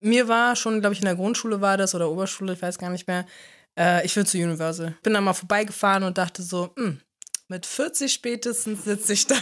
Mir war schon, glaube ich, in der Grundschule war das oder Oberschule, ich weiß gar nicht mehr, ich will zu Universal. Bin da mal vorbeigefahren und dachte so, mit 40 spätestens sitze ich da.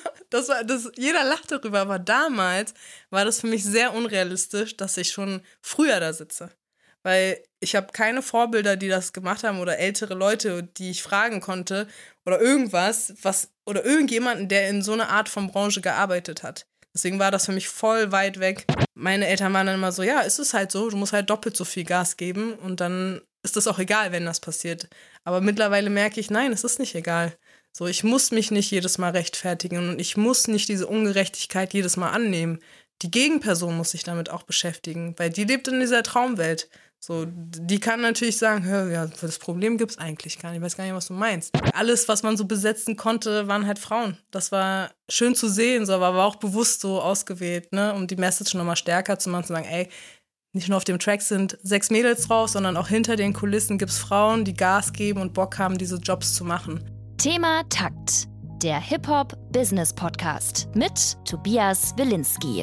Jeder lacht darüber, aber damals war das für mich sehr unrealistisch, dass ich schon früher da sitze. Weil ich habe keine Vorbilder, die das gemacht haben oder ältere Leute, die ich fragen konnte oder irgendwas, oder irgendjemanden, der in so einer Art von Branche gearbeitet hat. Deswegen war das für mich voll weit weg. Meine Eltern waren dann immer so, ja, ist es halt so, du musst halt doppelt so viel Gas geben und dann ist das auch egal, wenn das passiert. Aber mittlerweile merke ich, nein, es ist nicht egal. So, ich muss mich nicht jedes Mal rechtfertigen und ich muss nicht diese Ungerechtigkeit jedes Mal annehmen. Die Gegenperson muss sich damit auch beschäftigen, weil die lebt in dieser Traumwelt. So, die kann natürlich sagen, hör, ja, das Problem gibt's eigentlich gar nicht, ich weiß gar nicht, was du meinst. Alles, was man so besetzen konnte, waren halt Frauen. Das war schön zu sehen, so, aber war auch bewusst so ausgewählt, ne, um die Message nochmal stärker zu machen, zu sagen, ey, nicht nur auf dem Track sind 6 Mädels drauf, sondern auch hinter den Kulissen gibt's Frauen, die Gas geben und Bock haben, diese Jobs zu machen. Thema Takt, der Hip-Hop-Business-Podcast mit Tobias Wilinski.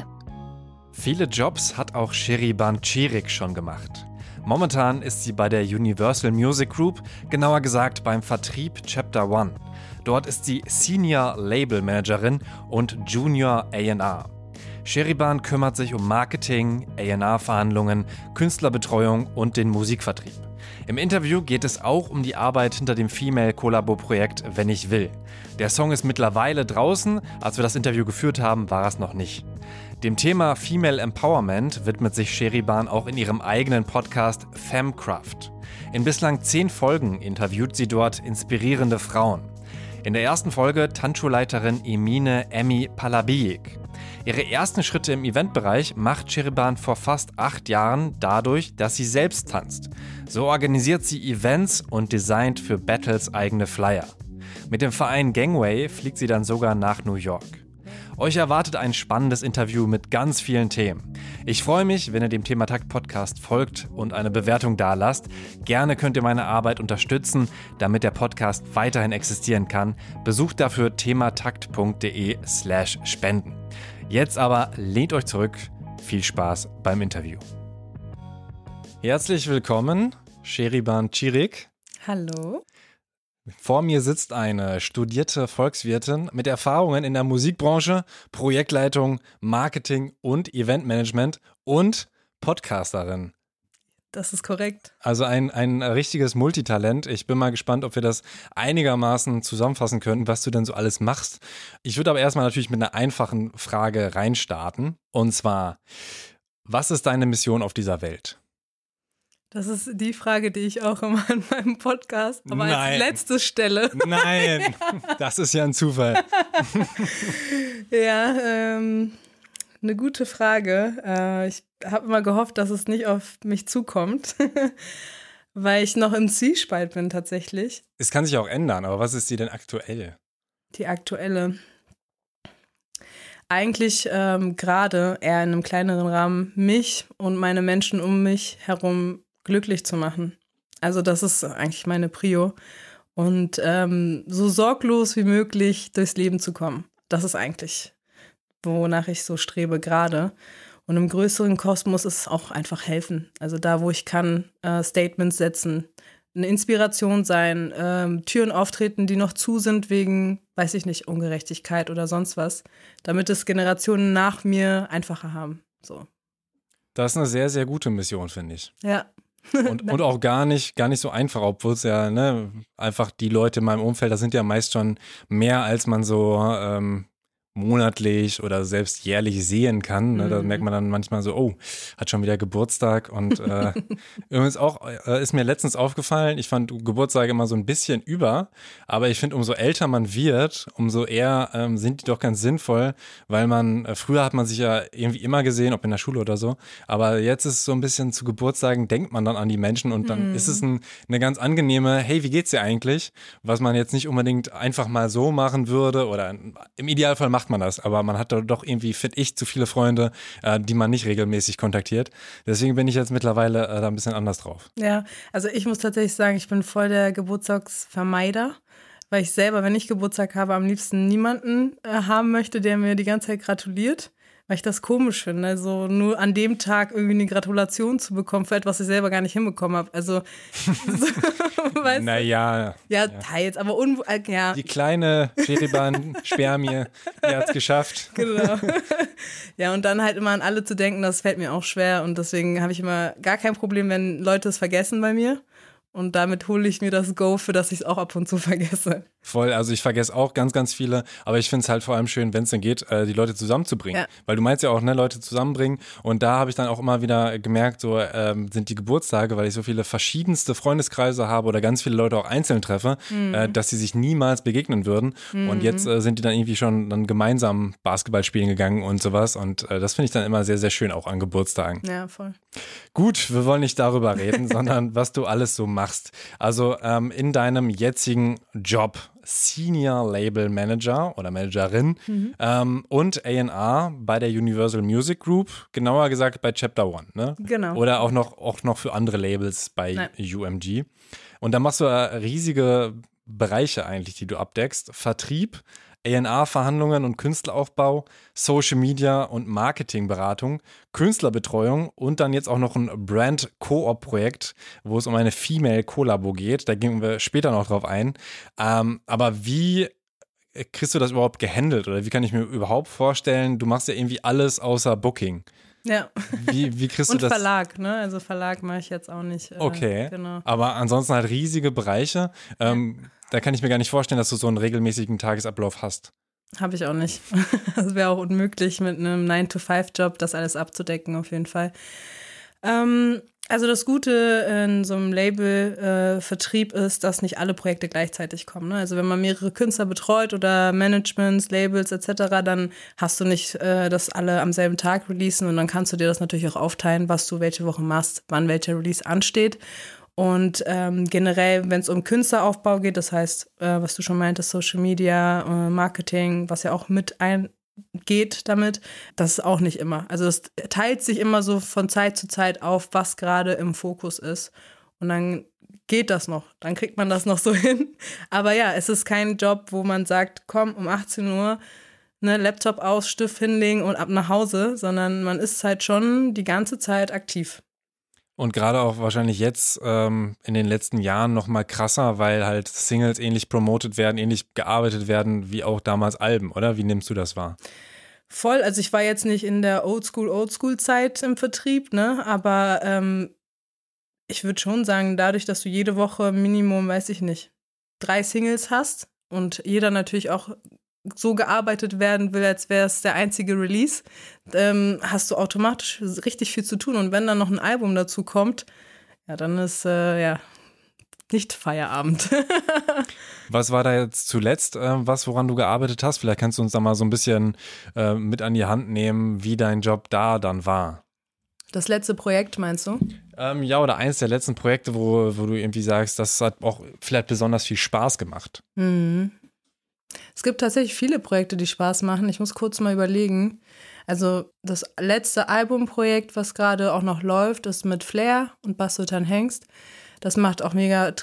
Viele Jobs hat auch Sheriban Cirik schon gemacht. Momentan ist sie bei der Universal Music Group, genauer gesagt beim Vertrieb Chapter One. Dort ist sie Senior Label Managerin und Junior A&R. Sheriban kümmert sich um Marketing, A&R-Verhandlungen, Künstlerbetreuung und den Musikvertrieb. Im Interview geht es auch um die Arbeit hinter dem Female-Kollabo-Projekt Wenn ich will. Der Song ist mittlerweile draußen, als wir das Interview geführt haben, war es noch nicht. Dem Thema Female Empowerment widmet sich Sheriban auch in ihrem eigenen Podcast Femcraft. In bislang 10 Folgen interviewt sie dort inspirierende Frauen. In der ersten Folge Tanzschulleiterin Emine Emmi Palabiyik. Ihre ersten Schritte im Eventbereich macht Sheriban vor fast 8 Jahren dadurch, dass sie selbst tanzt. So organisiert sie Events und designt für Battles eigene Flyer. Mit dem Verein Gangway fliegt sie dann sogar nach New York. Euch erwartet ein spannendes Interview mit ganz vielen Themen. Ich freue mich, wenn ihr dem Thema Takt Podcast folgt und eine Bewertung dalasst. Gerne könnt ihr meine Arbeit unterstützen, damit der Podcast weiterhin existieren kann. Besucht dafür thematakt.de/spenden. Jetzt aber lehnt euch zurück. Viel Spaß beim Interview. Herzlich willkommen, Sheriban Cirik. Hallo. Vor mir sitzt eine studierte Volkswirtin mit Erfahrungen in der Musikbranche, Projektleitung, Marketing und Eventmanagement und Podcasterin. Das ist korrekt. Also ein richtiges Multitalent. Ich bin mal gespannt, ob wir das einigermaßen zusammenfassen können, was du denn so alles machst. Ich würde aber erstmal natürlich mit einer einfachen Frage reinstarten. Und zwar, was ist deine Mission auf dieser Welt? Das ist die Frage, die ich auch immer in meinem Podcast, aber als letzte stelle. Nein, das ist ja ein Zufall. Ja, eine gute Frage. Ich habe immer gehofft, dass es nicht auf mich zukommt, weil ich noch im Zwiespalt bin tatsächlich. Es kann sich auch ändern, aber was ist die denn aktuell? Die aktuelle. Eigentlich gerade eher in einem kleineren Rahmen mich und meine Menschen um mich herum glücklich zu machen. Also das ist eigentlich meine Prio. Und so sorglos wie möglich durchs Leben zu kommen. Das ist eigentlich, wonach ich so strebe gerade. Und im größeren Kosmos ist es auch einfach helfen. Also da, wo ich kann, Statements setzen, eine Inspiration sein, Türen auftreten, die noch zu sind wegen, weiß ich nicht, Ungerechtigkeit oder sonst was, damit es Generationen nach mir einfacher haben. So. Das ist eine sehr, sehr gute Mission, finde ich. Ja. Und auch gar nicht so einfach, obwohl es ja, einfach die Leute in meinem Umfeld, das sind ja meist schon mehr, als man so monatlich oder selbst jährlich sehen kann. Ne? Da merkt man dann manchmal so, oh, hat schon wieder Geburtstag. Und übrigens auch, ist mir letztens aufgefallen, ich fand Geburtstage immer so ein bisschen über, aber ich finde, umso älter man wird, umso eher sind die doch ganz sinnvoll, weil früher hat man sich ja irgendwie immer gesehen, ob in der Schule oder so, aber jetzt ist es so ein bisschen zu Geburtstagen, denkt man dann an die Menschen und dann ist es eine ganz angenehme, hey, wie geht's dir eigentlich? Was man jetzt nicht unbedingt einfach mal so machen würde oder im Idealfall macht man das, aber man hat doch irgendwie, finde ich, zu viele Freunde, die man nicht regelmäßig kontaktiert. Deswegen bin ich jetzt mittlerweile da ein bisschen anders drauf. Ja, also ich muss tatsächlich sagen, ich bin voll der Geburtstagsvermeider, weil ich selber, wenn ich Geburtstag habe, am liebsten niemanden haben möchte, der mir die ganze Zeit gratuliert, weil ich das komisch finde. Also nur an dem Tag irgendwie eine Gratulation zu bekommen für etwas, was ich selber gar nicht hinbekommen habe. Also, so, weißt du? Naja. Ja, teils, aber ja. Die kleine Sheriban-Spermie, die hat es geschafft. Genau. Ja, und dann halt immer an alle zu denken, das fällt mir auch schwer. Und deswegen habe ich immer gar kein Problem, wenn Leute es vergessen bei mir. Und damit hole ich mir das Go, für das ich es auch ab und zu vergesse. Voll, also ich vergesse auch ganz, ganz viele, aber ich finde es halt vor allem schön, wenn es dann geht, die Leute zusammenzubringen. Ja. Weil du meinst ja auch, ne, Leute zusammenbringen, und da habe ich dann auch immer wieder gemerkt, so sind die Geburtstage, weil ich so viele verschiedenste Freundeskreise habe oder ganz viele Leute auch einzeln treffe, dass sie sich niemals begegnen würden. Und jetzt sind die dann irgendwie schon dann gemeinsam Basketball spielen gegangen und sowas, und das finde ich dann immer sehr, sehr schön, auch an Geburtstagen. Ja, voll. Gut, wir wollen nicht darüber reden, sondern was du alles so machst. Also in deinem jetzigen Job, Senior Label Manager oder Managerin und A&R bei der Universal Music Group, genauer gesagt bei Chapter One, ne? Genau. Oder auch noch für andere Labels bei UMG. Und da machst du riesige Bereiche eigentlich, die du abdeckst. Vertrieb, A&R-Verhandlungen und Künstleraufbau, Social Media und Marketingberatung, Künstlerbetreuung und dann jetzt auch noch ein Brand-Koop-Projekt, wo es um eine Female-Kollabo geht. Da gehen wir später noch drauf ein. Aber wie kriegst du das überhaupt gehandelt? Oder wie kann ich mir überhaupt vorstellen, du machst ja irgendwie alles außer Booking. Ja. Wie kriegst du das? Und Verlag, ne? Also Verlag mache ich jetzt auch nicht. Okay, genau. Aber ansonsten halt riesige Bereiche. Da kann ich mir gar nicht vorstellen, dass du so einen regelmäßigen Tagesablauf hast. Habe ich auch nicht. Das wäre auch unmöglich, mit einem 9-to-5-Job das alles abzudecken, auf jeden Fall. Also das Gute in so einem Label-Vertrieb ist, dass nicht alle Projekte gleichzeitig kommen. Ne? Also wenn man mehrere Künstler betreut oder Managements, Labels etc., dann hast du nicht, dass alle am selben Tag releasen, und dann kannst du dir das natürlich auch aufteilen, was du welche Woche machst, wann welcher Release ansteht. Und generell, wenn es um Künstleraufbau geht, das heißt, was du schon meintest, Social Media, Marketing, was ja auch mit eingeht damit, das ist auch nicht immer. Also es teilt sich immer so von Zeit zu Zeit auf, was gerade im Fokus ist. Und dann geht das noch, dann kriegt man das noch so hin. Aber ja, es ist kein Job, wo man sagt, komm, um 18 Uhr, ne, Laptop aus, Stift hinlegen und ab nach Hause, sondern man ist halt schon die ganze Zeit aktiv. Und gerade auch wahrscheinlich jetzt in den letzten Jahren noch mal krasser, weil halt Singles ähnlich promotet werden, ähnlich gearbeitet werden wie auch damals Alben, oder? Wie nimmst du das wahr? Voll, also ich war jetzt nicht in der Oldschool-Zeit im Vertrieb, ne, aber ich würde schon sagen, dadurch, dass du jede Woche Minimum, weiß ich nicht, 3 Singles hast und jeder natürlich auch so gearbeitet werden will, als wäre es der einzige Release, hast du automatisch richtig viel zu tun. Und wenn dann noch ein Album dazu kommt, ja, dann ist nicht Feierabend. Was war da jetzt zuletzt, woran du gearbeitet hast? Vielleicht kannst du uns da mal so ein bisschen mit an die Hand nehmen, wie dein Job da dann war. Das letzte Projekt, meinst du? Ja, oder eins der letzten Projekte, wo du irgendwie sagst, das hat auch vielleicht besonders viel Spaß gemacht. Mhm. Es gibt tatsächlich viele Projekte, die Spaß machen. Ich muss kurz mal überlegen. Also das letzte Albumprojekt, was gerade auch noch läuft, ist mit Flair und Bas-Sultan Hengst. Das macht auch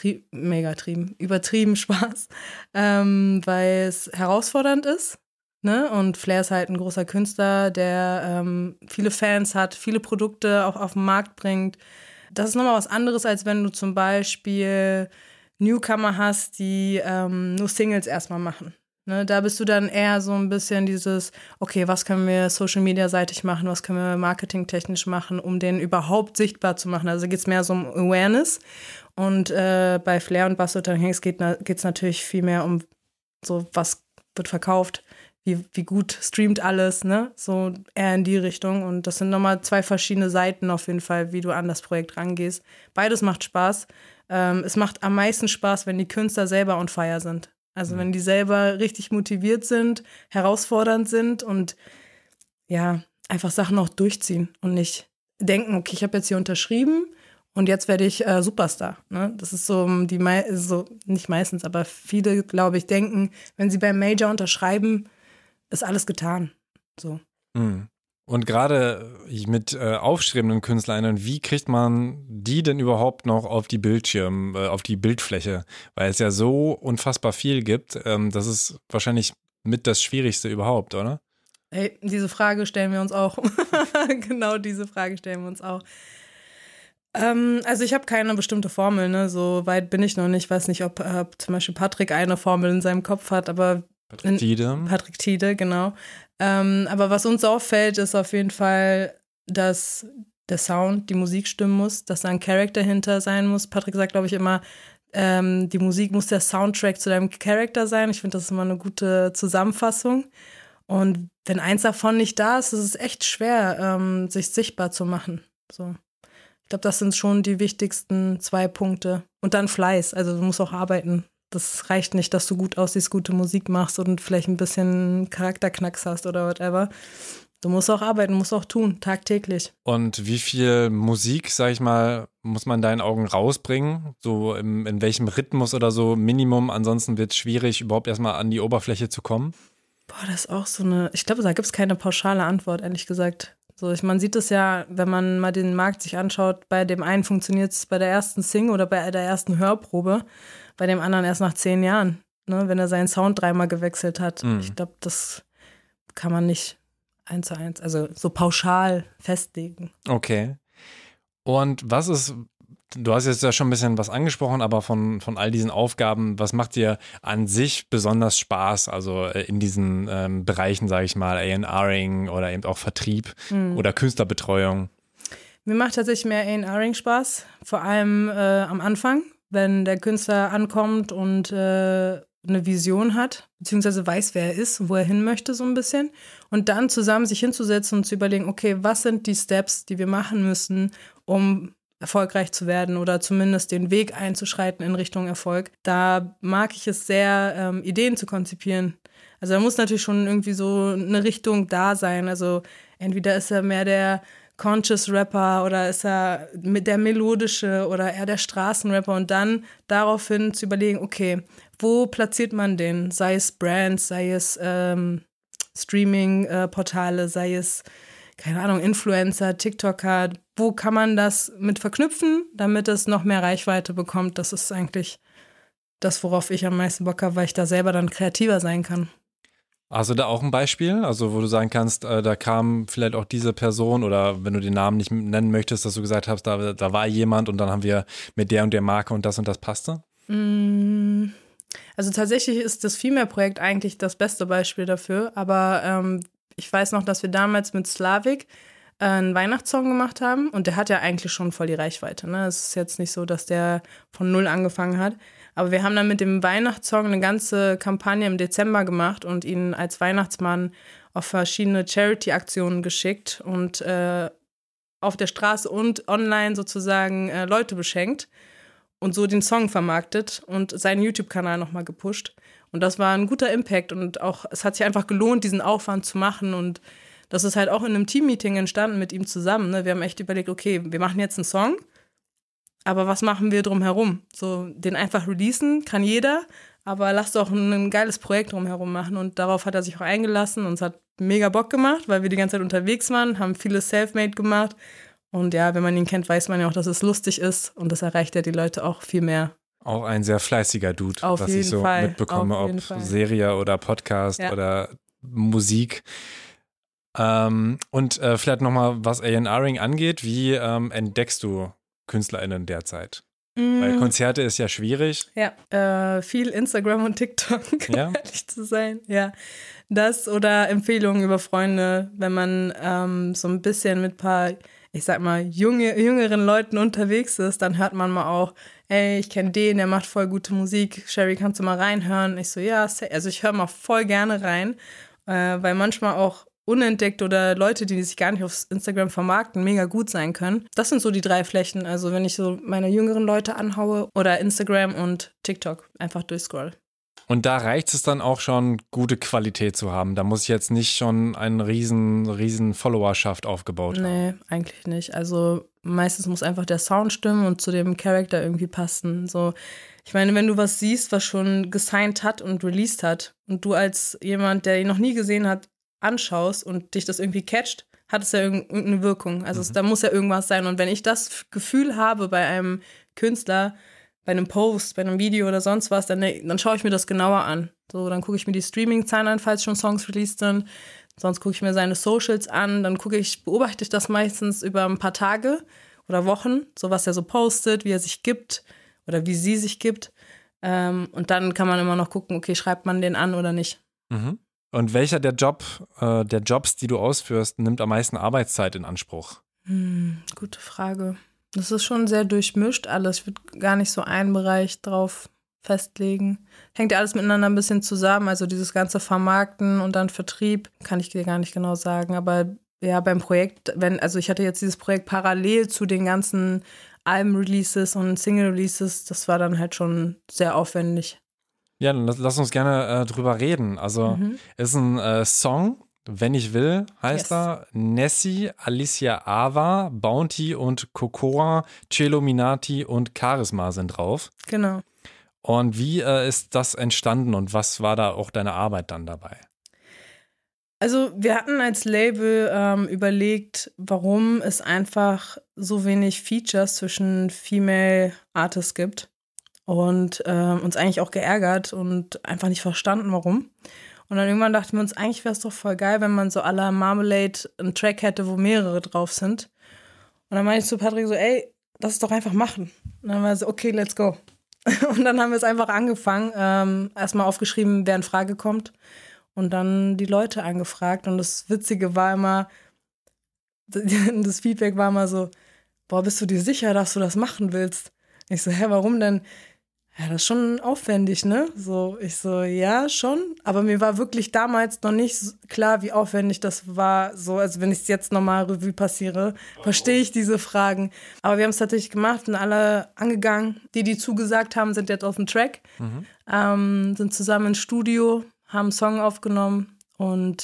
übertrieben Spaß, weil es herausfordernd ist. Ne? Und Flair ist halt ein großer Künstler, der viele Fans hat, viele Produkte auch auf den Markt bringt. Das ist nochmal was anderes, als wenn du zum Beispiel Newcomer hast, die nur Singles erstmal machen. Ne, da bist du dann eher so ein bisschen dieses, okay, was können wir Social-Media-seitig machen, was können wir marketingtechnisch machen, um den überhaupt sichtbar zu machen. Also geht es mehr so um Awareness. Und bei Flair und Bas-Sultan Hengst geht es natürlich viel mehr um so, was wird verkauft, wie gut streamt alles, ne? So eher in die Richtung. Und das sind nochmal 2 verschiedene Seiten auf jeden Fall, wie du an das Projekt rangehst. Beides macht Spaß. Es macht am meisten Spaß, wenn die Künstler selber on fire sind. Also wenn die selber richtig motiviert sind, herausfordernd sind und ja, einfach Sachen auch durchziehen und nicht denken, okay, ich habe jetzt hier unterschrieben und jetzt werde ich Superstar. Ne? Das ist so, so nicht meistens, aber viele, glaube ich, denken, wenn sie beim Major unterschreiben, ist alles getan. So. Mhm. Und gerade mit aufstrebenden KünstlerInnen, wie kriegt man die denn überhaupt noch auf die auf die Bildfläche? Weil es ja so unfassbar viel gibt. Das ist wahrscheinlich mit das Schwierigste überhaupt, oder? Hey, diese Frage stellen wir uns auch. Genau diese Frage stellen wir uns auch. Also ich habe keine bestimmte Formel, ne? So weit bin ich noch nicht. Ich weiß nicht, ob zum Beispiel Patrick eine Formel in seinem Kopf hat, aber Patrick Tiede, genau. Aber was uns auffällt, ist auf jeden Fall, dass der Sound, die Musik stimmen muss, dass da ein Charakter hinter sein muss. Patrick sagt, glaube ich, immer, die Musik muss der Soundtrack zu deinem Charakter sein. Ich finde, das ist immer eine gute Zusammenfassung. Und wenn eins davon nicht da ist, ist es echt schwer, sich sichtbar zu machen. So. Ich glaube, das sind schon die wichtigsten 2 Punkte. Und dann Fleiß, also du musst auch arbeiten. Das reicht nicht, dass du gut aussiehst, gute Musik machst und vielleicht ein bisschen Charakterknacks hast oder whatever. Du musst auch arbeiten, musst auch tun, tagtäglich. Und wie viel Musik, sag ich mal, muss man in deinen Augen rausbringen? So in welchem Rhythmus oder so Minimum? Ansonsten wird es schwierig, überhaupt erstmal an die Oberfläche zu kommen. Boah, das ist auch so ich glaube, da gibt es keine pauschale Antwort, ehrlich gesagt. So, man sieht es ja, wenn man mal den Markt sich anschaut, bei dem einen funktioniert es bei der ersten Sing oder bei der ersten Hörprobe, bei dem anderen erst nach 10 Jahren, ne, wenn er seinen Sound 3-mal gewechselt hat. Ich glaube, das kann man nicht 1:1, also so pauschal festlegen. Okay. Und was ist, du hast jetzt ja schon ein bisschen was angesprochen, aber von all diesen Aufgaben, was macht dir an sich besonders Spaß? Also in diesen Bereichen, sage ich mal, A&Ring oder eben auch Vertrieb oder Künstlerbetreuung? Mir macht tatsächlich mehr A&Ring Spaß, vor allem am Anfang, wenn der Künstler ankommt und eine Vision hat, beziehungsweise weiß, wer er ist und wo er hin möchte so ein bisschen. Und dann zusammen sich hinzusetzen und zu überlegen, okay, was sind die Steps, die wir machen müssen, um erfolgreich zu werden oder zumindest den Weg einzuschreiten in Richtung Erfolg. Da mag ich es sehr, Ideen zu konzipieren. Also da muss natürlich schon irgendwie so eine Richtung da sein. Also entweder ist er mehr der Conscious Rapper oder ist er der melodische oder eher der Straßenrapper und dann daraufhin zu überlegen, okay, wo platziert man den? Sei es Brands, sei es Streaming-Portale, sei es, keine Ahnung, Influencer, TikToker. Wo kann man das mit verknüpfen, damit es noch mehr Reichweite bekommt? Das ist eigentlich das, worauf ich am meisten Bock habe, weil ich da selber dann kreativer sein kann. Also da auch ein Beispiel, also wo du sagen kannst, da kam vielleicht auch diese Person oder wenn du den Namen nicht nennen möchtest, dass du gesagt hast, da war jemand und dann haben wir mit der und der Marke und das passte? Also tatsächlich ist das Female-Projekt eigentlich das beste Beispiel dafür, aber ich weiß noch, dass wir damals mit Slavik einen Weihnachtssong gemacht haben und der hat ja eigentlich schon voll die Reichweite, ne? Es ist jetzt nicht so, dass der von 0 angefangen hat. Aber wir haben dann mit dem Weihnachtssong eine ganze Kampagne im Dezember gemacht und ihn als Weihnachtsmann auf verschiedene Charity-Aktionen geschickt und auf der Straße und online sozusagen Leute beschenkt und so den Song vermarktet und seinen YouTube-Kanal nochmal gepusht. Und das war ein guter Impact und auch, es hat sich einfach gelohnt, diesen Aufwand zu machen und das ist halt auch in einem Team-Meeting entstanden mit ihm zusammen. Ne? Wir haben echt überlegt, okay, wir machen jetzt einen Song, aber was machen wir drumherum? So, den einfach releasen kann jeder, aber lass doch ein geiles Projekt drumherum machen. Und darauf hat er sich auch eingelassen und es hat mega Bock gemacht, weil wir die ganze Zeit unterwegs waren, haben vieles Selfmade gemacht. Und ja, wenn man ihn kennt, weiß man ja auch, dass es lustig ist und das erreicht ja die Leute auch viel mehr. Auch ein sehr fleißiger Dude, auf was ich so Fall. mitbekomme, ob Serie oder Podcast oder Musik. Und vielleicht nochmal, was A&Ring angeht, wie entdeckst du KünstlerInnen derzeit? Weil Konzerte ist ja schwierig. Ja, viel Instagram und TikTok, um ehrlich zu sein. Ja, das oder Empfehlungen über Freunde, wenn man so ein bisschen mit ein paar, ich sag mal, jüngeren Leuten unterwegs ist, dann hört man mal auch, ey, ich kenne den, der macht voll gute Musik. Sherry, kannst du mal reinhören? Ich so, ja, also ich höre mal voll gerne rein, weil manchmal auch unentdeckt oder Leute, die sich gar nicht auf Instagram vermarkten, mega gut sein können. Das sind so die 3 Flächen. Also wenn ich so meine jüngeren Leute anhaue oder Instagram und TikTok einfach durchscroll. Und da reicht es dann auch schon, gute Qualität zu haben. Da muss ich jetzt nicht schon eine riesen Followerschaft aufgebaut haben. Nee, eigentlich nicht. Also meistens muss einfach der Sound stimmen und zu dem Charakter irgendwie passen. So, ich meine, wenn du was siehst, was schon gesigned hat und released hat und du als jemand, der ihn noch nie gesehen hat, anschaust und dich das irgendwie catcht, hat es ja irgendeine Wirkung. Also da muss ja irgendwas sein. Und wenn ich das Gefühl habe bei einem Künstler, bei einem Post, bei einem Video oder sonst was, dann schaue ich mir das genauer an. So, dann gucke ich mir die Streaming-Zahlen an, falls schon Songs released sind. Sonst gucke ich mir seine Socials an, dann beobachte ich das meistens über ein paar Tage oder Wochen, so was er so postet, wie er sich gibt oder wie sie sich gibt. Und dann kann man immer noch gucken, okay, schreibt man den an oder nicht. Mhm. Und welcher der Jobs, die du ausführst, nimmt am meisten Arbeitszeit in Anspruch? Gute Frage. Das ist schon sehr durchmischt alles. Ich würde gar nicht so einen Bereich drauf festlegen. Hängt ja alles miteinander ein bisschen zusammen. Also dieses ganze Vermarkten und dann Vertrieb, kann ich dir gar nicht genau sagen. Aber ja, beim Projekt, ich hatte jetzt dieses Projekt parallel zu den ganzen Alben-Releases und Single-Releases, das war dann halt schon sehr aufwendig. Ja, dann lass uns gerne drüber reden. Also ist ein Song, Wenn ich will, heißt er. Nessie, Alicia Ava, Bounty und Cocoa, Celominati und Charisma sind drauf. Genau. Und wie ist das entstanden und was war da auch deine Arbeit dann dabei? Also wir hatten als Label überlegt, warum es einfach so wenig Features zwischen Female Artists gibt und uns eigentlich auch geärgert und einfach nicht verstanden, warum. Und dann irgendwann dachten wir uns, eigentlich wäre es doch voll geil, wenn man so à la Marmalade einen Track hätte, wo mehrere drauf sind. Und dann meinte ich zu Patrick so, ey, lass es doch einfach machen. Und dann war er so, okay, let's go. Und dann haben wir es einfach angefangen, erstmal aufgeschrieben, wer in Frage kommt. Und dann die Leute angefragt. Und das Witzige war immer, das Feedback war immer so, boah, bist du dir sicher, dass du das machen willst? Ich so, hä, warum denn? Ja, das ist schon aufwendig, ne? So, ich so, ja, schon. Aber mir war wirklich damals noch nicht klar, wie aufwendig das war. So, also wenn ich es jetzt nochmal Revue passiere, verstehe ich diese Fragen. Aber wir haben es tatsächlich gemacht und alle angegangen. Die zugesagt haben, sind jetzt auf dem Track, sind zusammen ins Studio, haben einen Song aufgenommen und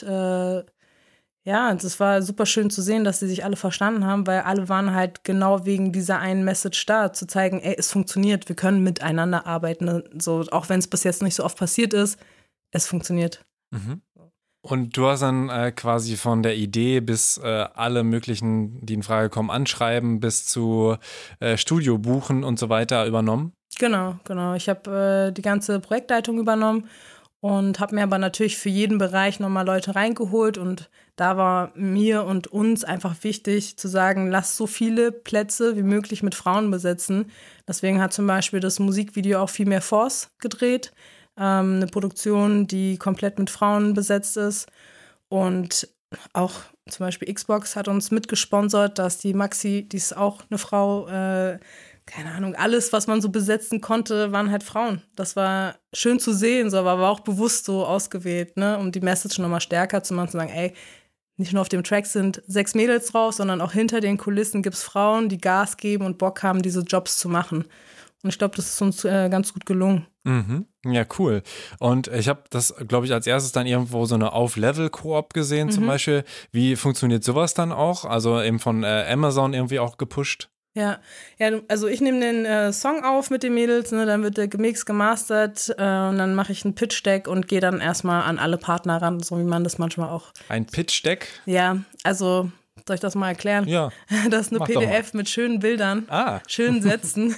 ja, das war super schön zu sehen, dass sie sich alle verstanden haben, weil alle waren halt genau wegen dieser einen Message da, zu zeigen, ey, es funktioniert, wir können miteinander arbeiten, so, auch wenn es bis jetzt nicht so oft passiert ist, es funktioniert. Mhm. Und du hast dann quasi von der Idee bis alle möglichen, die in Frage kommen, anschreiben, bis zu Studio buchen und so weiter übernommen? Genau. Ich habe die ganze Projektleitung übernommen und habe mir aber natürlich für jeden Bereich nochmal Leute reingeholt und da war mir und uns einfach wichtig zu sagen, lass so viele Plätze wie möglich mit Frauen besetzen. Deswegen hat zum Beispiel das Musikvideo auch Female Force gedreht, eine Produktion, die komplett mit Frauen besetzt ist und auch zum Beispiel Xbox hat uns mitgesponsert, dass die Maxi, die ist auch eine Frau, keine Ahnung, alles, was man so besetzen konnte, waren halt Frauen. Das war schön zu sehen, so, aber war auch bewusst so ausgewählt, ne, um die Message nochmal stärker zu machen, zu sagen, ey, nicht nur auf dem Track sind 6 Mädels drauf, sondern auch hinter den Kulissen gibt es Frauen, die Gas geben und Bock haben, diese Jobs zu machen. Und ich glaube, das ist uns ganz gut gelungen. Mhm. Ja, cool. Und ich habe das, glaube ich, als erstes dann irgendwo so eine Auf-Level-Koop gesehen zum Beispiel. Wie funktioniert sowas dann auch? Also eben von Amazon irgendwie auch gepusht? Ja, also ich nehme den Song auf mit den Mädels, ne, dann wird der gemixt, gemastert und dann mache ich ein Pitch-Deck und gehe dann erstmal an alle Partner ran, so wie man das manchmal auch. Ein Pitch-Deck? Ja, also soll ich das mal erklären? Ja. Das ist eine PDF mit schönen Bildern, schönen Sätzen,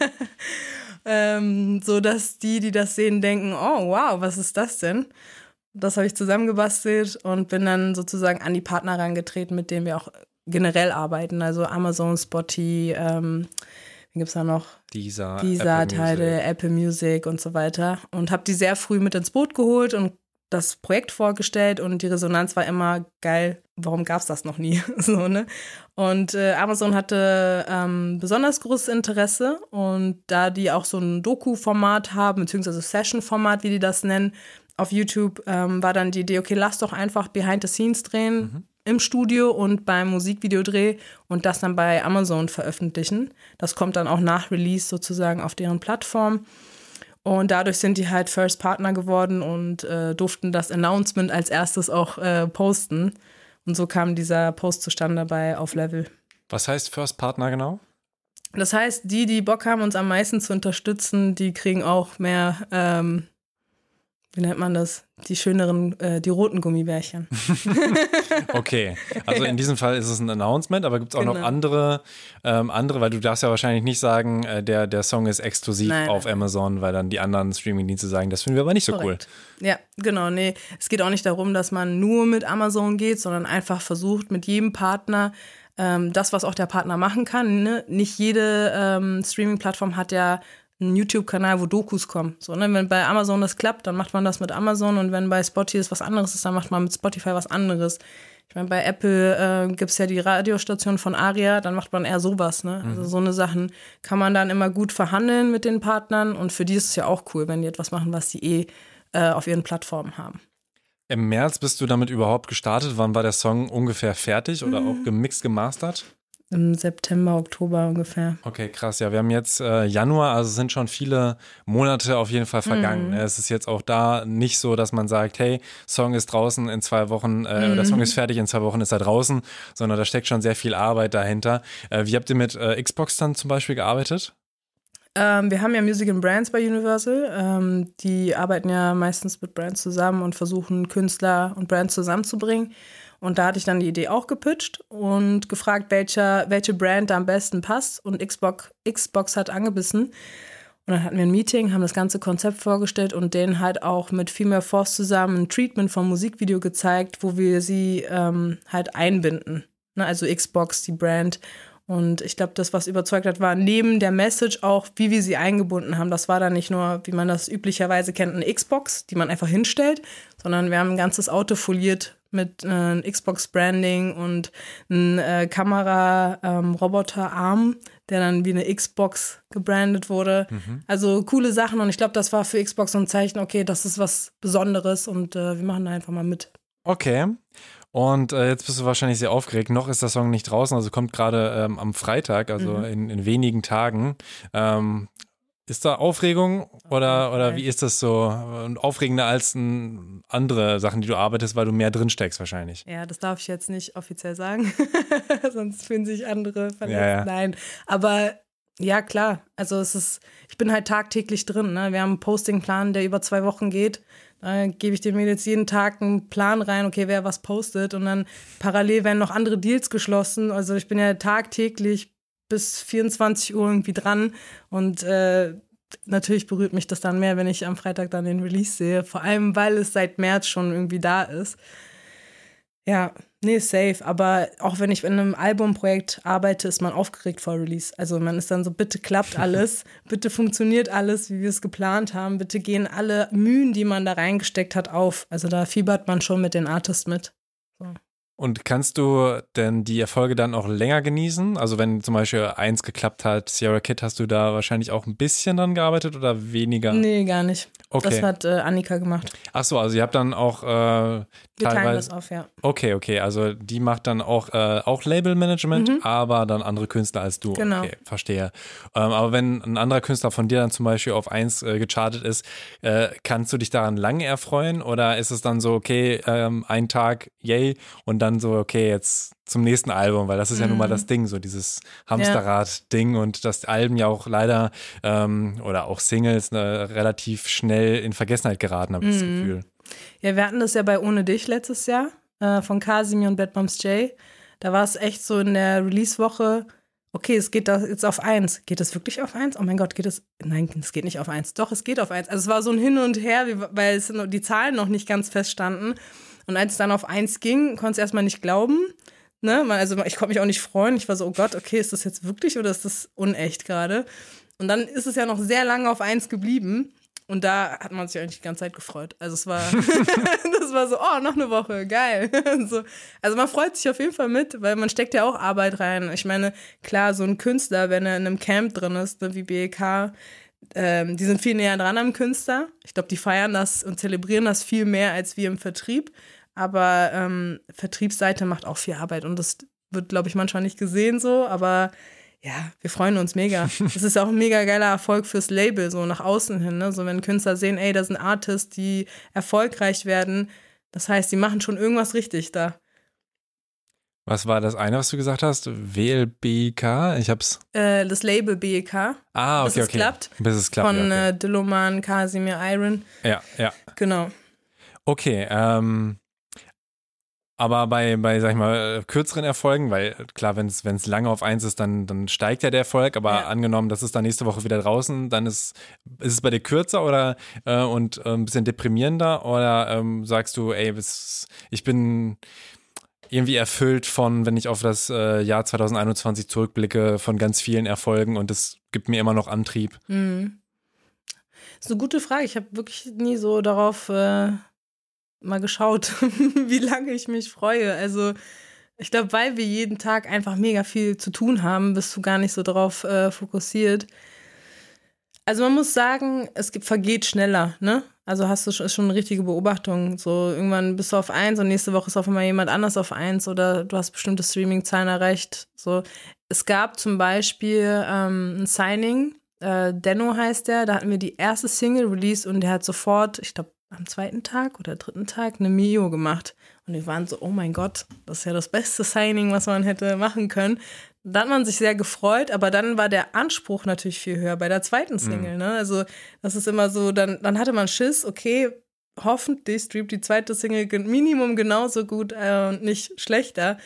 so dass die das sehen, denken, oh wow, was ist das denn? Das habe ich zusammengebastelt und bin dann sozusagen an die Partner herangetreten, mit denen wir auch generell arbeiten, also Amazon, Spotify, wen gibt's da noch? Dieser Tidal, Apple Music und so weiter und habe die sehr früh mit ins Boot geholt und das Projekt vorgestellt und die Resonanz war immer geil, warum gab's das noch nie? So, ne? Und Amazon hatte besonders großes Interesse und da die auch so ein Doku-Format haben, beziehungsweise Session-Format, wie die das nennen, auf YouTube, war dann die Idee, okay, lass doch einfach Behind the Scenes drehen, im Studio und beim Musikvideodreh und das dann bei Amazon veröffentlichen. Das kommt dann auch nach Release sozusagen auf deren Plattform. Und dadurch sind die halt First Partner geworden und durften das Announcement als erstes auch posten. Und so kam dieser Post zustande bei Auf Level. Was heißt First Partner genau? Das heißt, die Bock haben, uns am meisten zu unterstützen, die kriegen auch mehr wie nennt man das? Die schöneren, die roten Gummibärchen. Okay, also in diesem Fall ist es ein Announcement, aber gibt es auch noch andere, weil du darfst ja wahrscheinlich nicht sagen, der Song ist exklusiv auf Amazon, weil dann die anderen Streaming-Dienste sagen, das finden wir aber nicht so cool. Ja, genau, nee. Es geht auch nicht darum, dass man nur mit Amazon geht, sondern einfach versucht, mit jedem Partner das, was auch der Partner machen kann. Ne? Nicht jede Streaming-Plattform hat ja einen YouTube-Kanal, wo Dokus kommen. So, ne? Wenn bei Amazon das klappt, dann macht man das mit Amazon und wenn bei Spotify was anderes ist, dann macht man mit Spotify was anderes. Ich meine, bei Apple gibt es ja die Radiostation von Aria, dann macht man eher sowas. Ne? Also so eine Sachen kann man dann immer gut verhandeln mit den Partnern und für die ist es ja auch cool, wenn die etwas machen, was die auf ihren Plattformen haben. Im März bist du damit überhaupt gestartet? Wann war der Song ungefähr fertig oder auch gemixt, gemastert? Im September, Oktober ungefähr. Okay, krass. Ja, wir haben jetzt Januar, also sind schon viele Monate auf jeden Fall vergangen. Es ist jetzt auch da nicht so, dass man sagt, hey, Song ist draußen in 2 Wochen, oder Song ist fertig, in 2 Wochen ist er draußen, sondern da steckt schon sehr viel Arbeit dahinter. Wie habt ihr mit Xbox dann zum Beispiel gearbeitet? Wir haben ja Music and Brands bei Universal. Die arbeiten ja meistens mit Brands zusammen und versuchen, Künstler und Brands zusammenzubringen. Und da hatte ich dann die Idee auch gepitcht und gefragt, welche Brand da am besten passt. Und Xbox hat angebissen. Und dann hatten wir ein Meeting, haben das ganze Konzept vorgestellt und denen halt auch mit Female Force zusammen ein Treatment vom Musikvideo gezeigt, wo wir sie halt einbinden. Ne? Also Xbox, die Brand. Und ich glaube, das, was überzeugt hat, war neben der Message auch, wie wir sie eingebunden haben. Das war dann nicht nur, wie man das üblicherweise kennt, eine Xbox, die man einfach hinstellt, sondern wir haben ein ganzes Auto foliert mit Xbox-Branding und ein Kamera-Roboterarm, der dann wie eine Xbox gebrandet wurde. Also coole Sachen und ich glaube, das war für Xbox so ein Zeichen, okay, das ist was Besonderes und wir machen da einfach mal mit. Okay. Und jetzt bist du wahrscheinlich sehr aufgeregt. Noch ist der Song nicht draußen, also kommt gerade am Freitag, also in wenigen Tagen. Ist da Aufregung oder wie ist das so? Aufregender als andere Sachen, die du arbeitest, weil du mehr drin steckst wahrscheinlich. Ja, das darf ich jetzt nicht offiziell sagen, sonst fühlen sich andere verletzt. Ja. Nein, aber ja, klar. Also ich bin halt tagtäglich drin. Ne? Wir haben einen Postingplan, der über 2 Wochen geht. Da gebe ich den Mädels jeden Tag einen Plan rein, okay, wer was postet. Und dann parallel werden noch andere Deals geschlossen. Also ich bin ja tagtäglich bis 24 Uhr irgendwie dran. Und natürlich berührt mich das dann mehr, wenn ich am Freitag dann den Release sehe. Vor allem, weil es seit März schon irgendwie da ist. Ja, nee, safe. Aber auch wenn ich in einem Albumprojekt arbeite, ist man aufgeregt vor Release. Also man ist dann so, bitte klappt alles, bitte funktioniert alles, wie wir es geplant haben, bitte gehen alle Mühen, die man da reingesteckt hat, auf. Also da fiebert man schon mit den Artists mit. So. Und kannst du denn die Erfolge dann auch länger genießen? Also wenn zum Beispiel 1 geklappt hat, Sierra Kid, hast du da wahrscheinlich auch ein bisschen dran gearbeitet oder weniger? Nee, gar nicht. Okay. Das hat Annika gemacht. Ach so, also ihr habt dann auch Wir teilen teilweise das auf, ja. Okay, also die macht dann auch Labelmanagement, aber dann andere Künstler als du. Genau. Okay, verstehe. Aber wenn ein anderer Künstler von dir dann zum Beispiel auf 1 gechartet ist, kannst du dich daran lange erfreuen oder ist es dann so, okay, ein Tag, yay, und dann so, okay, jetzt zum nächsten Album, weil das ist ja nun mal das Ding, so dieses Hamsterrad-Ding und dass Alben ja auch leider oder auch Singles relativ schnell in Vergessenheit geraten, habe ich das Gefühl. Ja, wir hatten das ja bei Ohne Dich letztes Jahr von Casimir und Bad Moms J. Da war es echt so in der Release-Woche, okay, es geht da jetzt auf 1. Geht es wirklich auf 1? Oh mein Gott, geht es? Nein, es geht nicht auf 1. Doch, es geht auf 1. Also es war so ein Hin und Her, weil die Zahlen noch nicht ganz feststanden. Und als es dann auf 1 ging, konnte es erstmal nicht glauben. Ne? Also ich konnte mich auch nicht freuen. Ich war so, oh Gott, okay, ist das jetzt wirklich oder ist das unecht gerade? Und dann ist es ja noch sehr lange auf 1 geblieben. Und da hat man sich eigentlich die ganze Zeit gefreut. Also es war, das war so, oh, noch eine Woche, geil. So. Also man freut sich auf jeden Fall mit, weil man steckt ja auch Arbeit rein. Ich meine, klar, so ein Künstler, wenn er in einem Camp drin ist, ne, wie BEK, die sind viel näher dran am Künstler. Ich glaube, die feiern das und zelebrieren das viel mehr als wir im Vertrieb. Aber Vertriebsseite macht auch viel Arbeit und das wird, glaube ich, manchmal nicht gesehen so, aber ja, wir freuen uns mega. Das ist auch ein mega geiler Erfolg fürs Label, so nach außen hin, ne? So wenn Künstler sehen, ey, da sind Artists, die erfolgreich werden, das heißt, die machen schon irgendwas richtig da. Was war das eine, was du gesagt hast? WLBK? Ich hab's. Das Label BEK. Okay, bis es klappt. Bis es klappt. Von okay. Dilloman, Casimir, Iron. Ja. Genau. Okay, aber bei, sag ich mal, kürzeren Erfolgen, weil klar, wenn es lange auf 1 ist, dann steigt ja der Erfolg, aber angenommen, das ist dann nächste Woche wieder draußen, dann ist es bei dir kürzer oder und ein bisschen deprimierender oder sagst du, ey, ich bin irgendwie erfüllt von, wenn ich auf das Jahr 2021 zurückblicke, von ganz vielen Erfolgen und es gibt mir immer noch Antrieb? Das ist eine gute Frage. Ich habe wirklich nie so darauf mal geschaut, wie lange ich mich freue. Also ich glaube, weil wir jeden Tag einfach mega viel zu tun haben, bist du gar nicht so darauf fokussiert. Also man muss sagen, vergeht schneller, ne? Also ist schon eine richtige Beobachtung. So irgendwann bist du auf 1 und nächste Woche ist auf einmal jemand anders auf 1 oder du hast bestimmte Streaming-Zahlen erreicht. So, es gab zum Beispiel ein Signing, Denno heißt der, da hatten wir die erste Single released und der hat sofort, ich glaube am 2. Tag oder 3. Tag eine Mio gemacht. Und wir waren so, oh mein Gott, das ist ja das beste Signing, was man hätte machen können. Da hat man sich sehr gefreut, aber dann war der Anspruch natürlich viel höher bei der zweiten Single. Ne? Also das ist immer so, dann hatte man Schiss, okay, hoffentlich streamt die zweite Single Minimum genauso gut und nicht schlechter.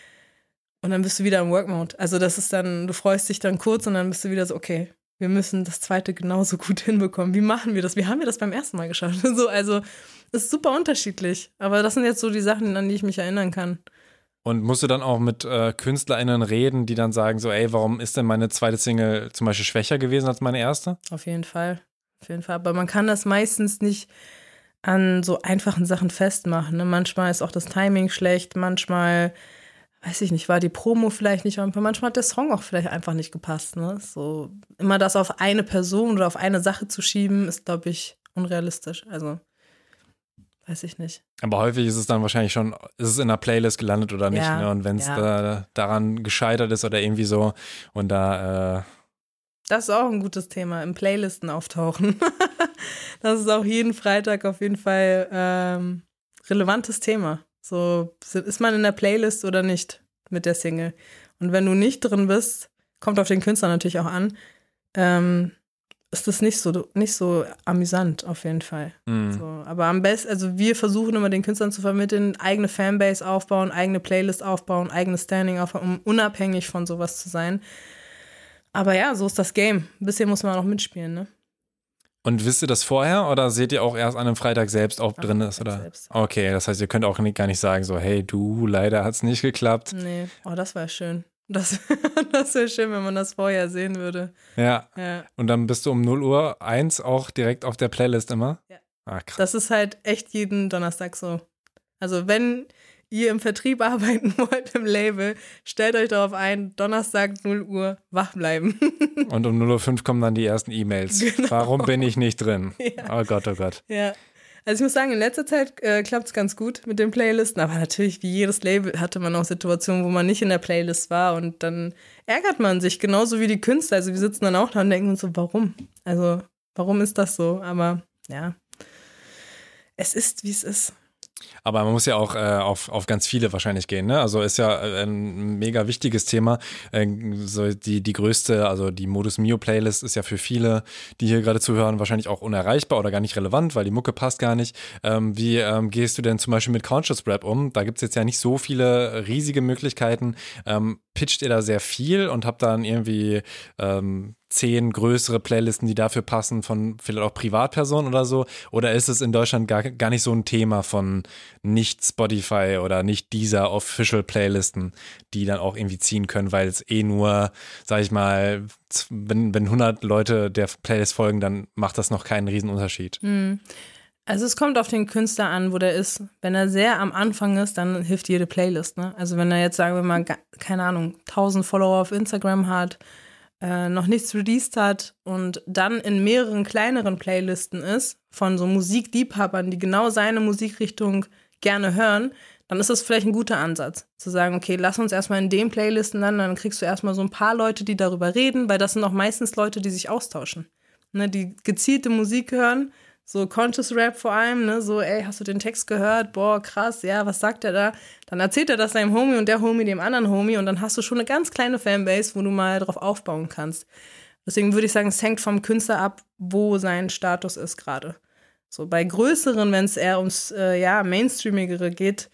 Und dann bist du wieder im Work-Mode. Also das ist dann, du freust dich dann kurz und dann bist du wieder so, okay, wir müssen das zweite genauso gut hinbekommen. Wie machen wir das? Wie haben wir das beim ersten Mal geschafft? So, also es ist super unterschiedlich. Aber das sind jetzt so die Sachen, an die ich mich erinnern kann. Und musst du dann auch mit KünstlerInnen reden, die dann sagen so, ey, warum ist denn meine zweite Single zum Beispiel schwächer gewesen als meine erste? Auf jeden Fall. Aber man kann das meistens nicht an so einfachen Sachen festmachen. Ne? Manchmal ist auch das Timing schlecht, manchmal, weiß ich nicht, war die Promo vielleicht nicht einfach, manchmal hat der Song auch vielleicht einfach nicht gepasst. Ne? So, immer das auf eine Person oder auf eine Sache zu schieben, ist, glaube ich, unrealistisch. Also weiß ich nicht. Aber häufig ist es dann wahrscheinlich schon, ist es in einer Playlist gelandet oder nicht, ne? Und wenn es daran gescheitert ist oder irgendwie so und da das ist auch ein gutes Thema, in Playlisten auftauchen. Das ist auch jeden Freitag auf jeden Fall relevantes Thema. So, ist man in der Playlist oder nicht mit der Single? Und wenn du nicht drin bist, kommt auf den Künstler natürlich auch an, ist das nicht so amüsant auf jeden Fall. So, aber am besten, also wir versuchen immer den Künstlern zu vermitteln, eigene Fanbase aufbauen, eigene Playlist aufbauen, eigenes Standing aufbauen, um unabhängig von sowas zu sein. Aber ja, so ist das Game. Ein bisschen muss man auch mitspielen, ne? Und wisst ihr das vorher oder seht ihr auch erst an einem Freitag selbst, ob drin ist? Oder? Selbst. Okay, das heißt, ihr könnt auch gar nicht sagen so, hey du, leider hat es nicht geklappt. Nee, das wäre schön. Das wäre schön, wenn man das vorher sehen würde. Ja. Und dann bist du um 0:01 auch direkt auf der Playlist immer? Ja. Ah, krass. Das ist halt echt jeden Donnerstag so. Also wenn ihr im Vertrieb arbeiten wollt, im Label, stellt euch darauf ein, Donnerstag 0 Uhr wach bleiben. Und um 0:05 kommen dann die ersten E-Mails. Genau. Warum bin ich nicht drin? Ja. Oh Gott, oh Gott. Ja. Also ich muss sagen, in letzter Zeit klappt es ganz gut mit den Playlisten, aber natürlich, wie jedes Label, hatte man auch Situationen, wo man nicht in der Playlist war und dann ärgert man sich, genauso wie die Künstler. Also wir sitzen dann auch da und denken uns so, warum? Also warum ist das so? Aber ja, es ist, wie es ist. Aber man muss ja auch auf ganz viele wahrscheinlich gehen, ne? Also ist ja ein mega wichtiges Thema. So die größte, also die Modus Mio Playlist ist ja für viele, die hier gerade zuhören, wahrscheinlich auch unerreichbar oder gar nicht relevant, weil die Mucke passt gar nicht. Wie gehst du denn zum Beispiel mit Conscious Rap um? Da gibt es jetzt ja nicht so viele riesige Möglichkeiten. Pitcht ihr da sehr viel und habt dann irgendwie 10 größere Playlisten, die dafür passen, von vielleicht auch Privatpersonen oder so? Oder ist es in Deutschland gar nicht so ein Thema von nicht Spotify oder nicht dieser Official Playlisten, die dann auch irgendwie ziehen können, weil es nur, sag ich mal, wenn 100 Leute der Playlist folgen, dann macht das noch keinen riesen Unterschied. Also es kommt auf den Künstler an, wo der ist. Wenn er sehr am Anfang ist, dann hilft jede Playlist, ne? Also wenn er jetzt, sagen wir mal, keine Ahnung, 1000 Follower auf Instagram hat, noch nichts released hat und dann in mehreren kleineren Playlisten ist, von so Musikliebhabern, die genau seine Musikrichtung gerne hören, dann ist das vielleicht ein guter Ansatz, zu sagen, okay, lass uns erstmal in den Playlisten dann kriegst du erstmal so ein paar Leute, die darüber reden, weil das sind auch meistens Leute, die sich austauschen, ne, die gezielte Musik hören, so Conscious Rap vor allem, ne, so, ey, hast du den Text gehört? Boah, krass, ja, was sagt er da? Dann erzählt er das seinem Homie und der Homie dem anderen Homie und dann hast du schon eine ganz kleine Fanbase, wo du mal drauf aufbauen kannst. Deswegen würde ich sagen, es hängt vom Künstler ab, wo sein Status ist gerade. So bei größeren, wenn es eher ums Mainstreamigere geht,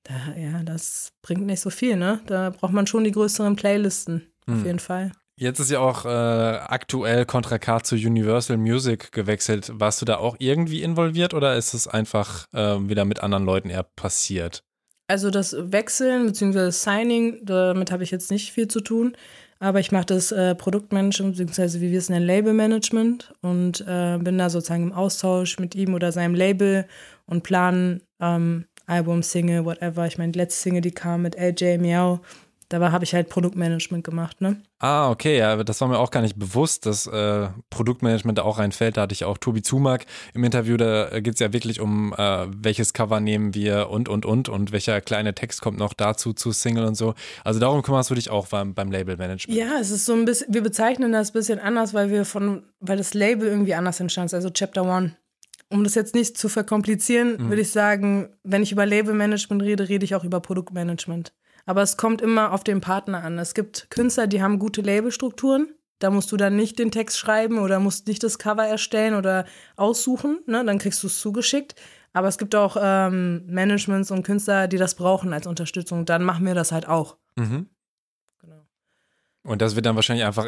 das bringt nicht so viel, ne? Da braucht man schon die größeren Playlisten, auf jeden Fall. Jetzt ist ja auch aktuell Contra K zu Universal Music gewechselt. Warst du da auch irgendwie involviert oder ist es einfach wieder mit anderen Leuten eher passiert? Also das Wechseln bzw. Signing, damit habe ich jetzt nicht viel zu tun. Aber ich mache das Produktmanagement, beziehungsweise wie wir es nennen, Labelmanagement und bin da sozusagen im Austausch mit ihm oder seinem Label und planen Album, Single, whatever. Ich meine, die letzte Single, die kam mit LJ Miao, da habe ich halt Produktmanagement gemacht, ne? Ah, okay, ja, das war mir auch gar nicht bewusst, dass Produktmanagement da auch reinfällt. Da hatte ich auch Tobi Zumack im Interview, da geht es ja wirklich um, welches Cover nehmen wir und welcher kleine Text kommt noch dazu zu Single und so. Also darum kümmerst du dich auch beim Labelmanagement. Ja, es ist so ein bisschen, wir bezeichnen das ein bisschen anders, weil das Label irgendwie anders entstand, also Chapter One. Um das jetzt nicht zu verkomplizieren, würde ich sagen, wenn ich über Labelmanagement rede, rede ich auch über Produktmanagement. Aber es kommt immer auf den Partner an. Es gibt Künstler, die haben gute Labelstrukturen. Da musst du dann nicht den Text schreiben oder musst nicht das Cover erstellen oder aussuchen. Ne? Dann kriegst du es zugeschickt. Aber es gibt auch Managements und Künstler, die das brauchen als Unterstützung. Dann machen wir das halt auch. Mhm. Genau. Und das wird dann wahrscheinlich einfach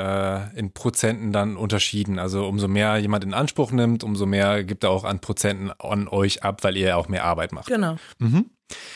in Prozenten dann unterschieden. Also umso mehr jemand in Anspruch nimmt, umso mehr gibt er auch an Prozenten an euch ab, weil ihr ja auch mehr Arbeit macht. Genau. Mhm.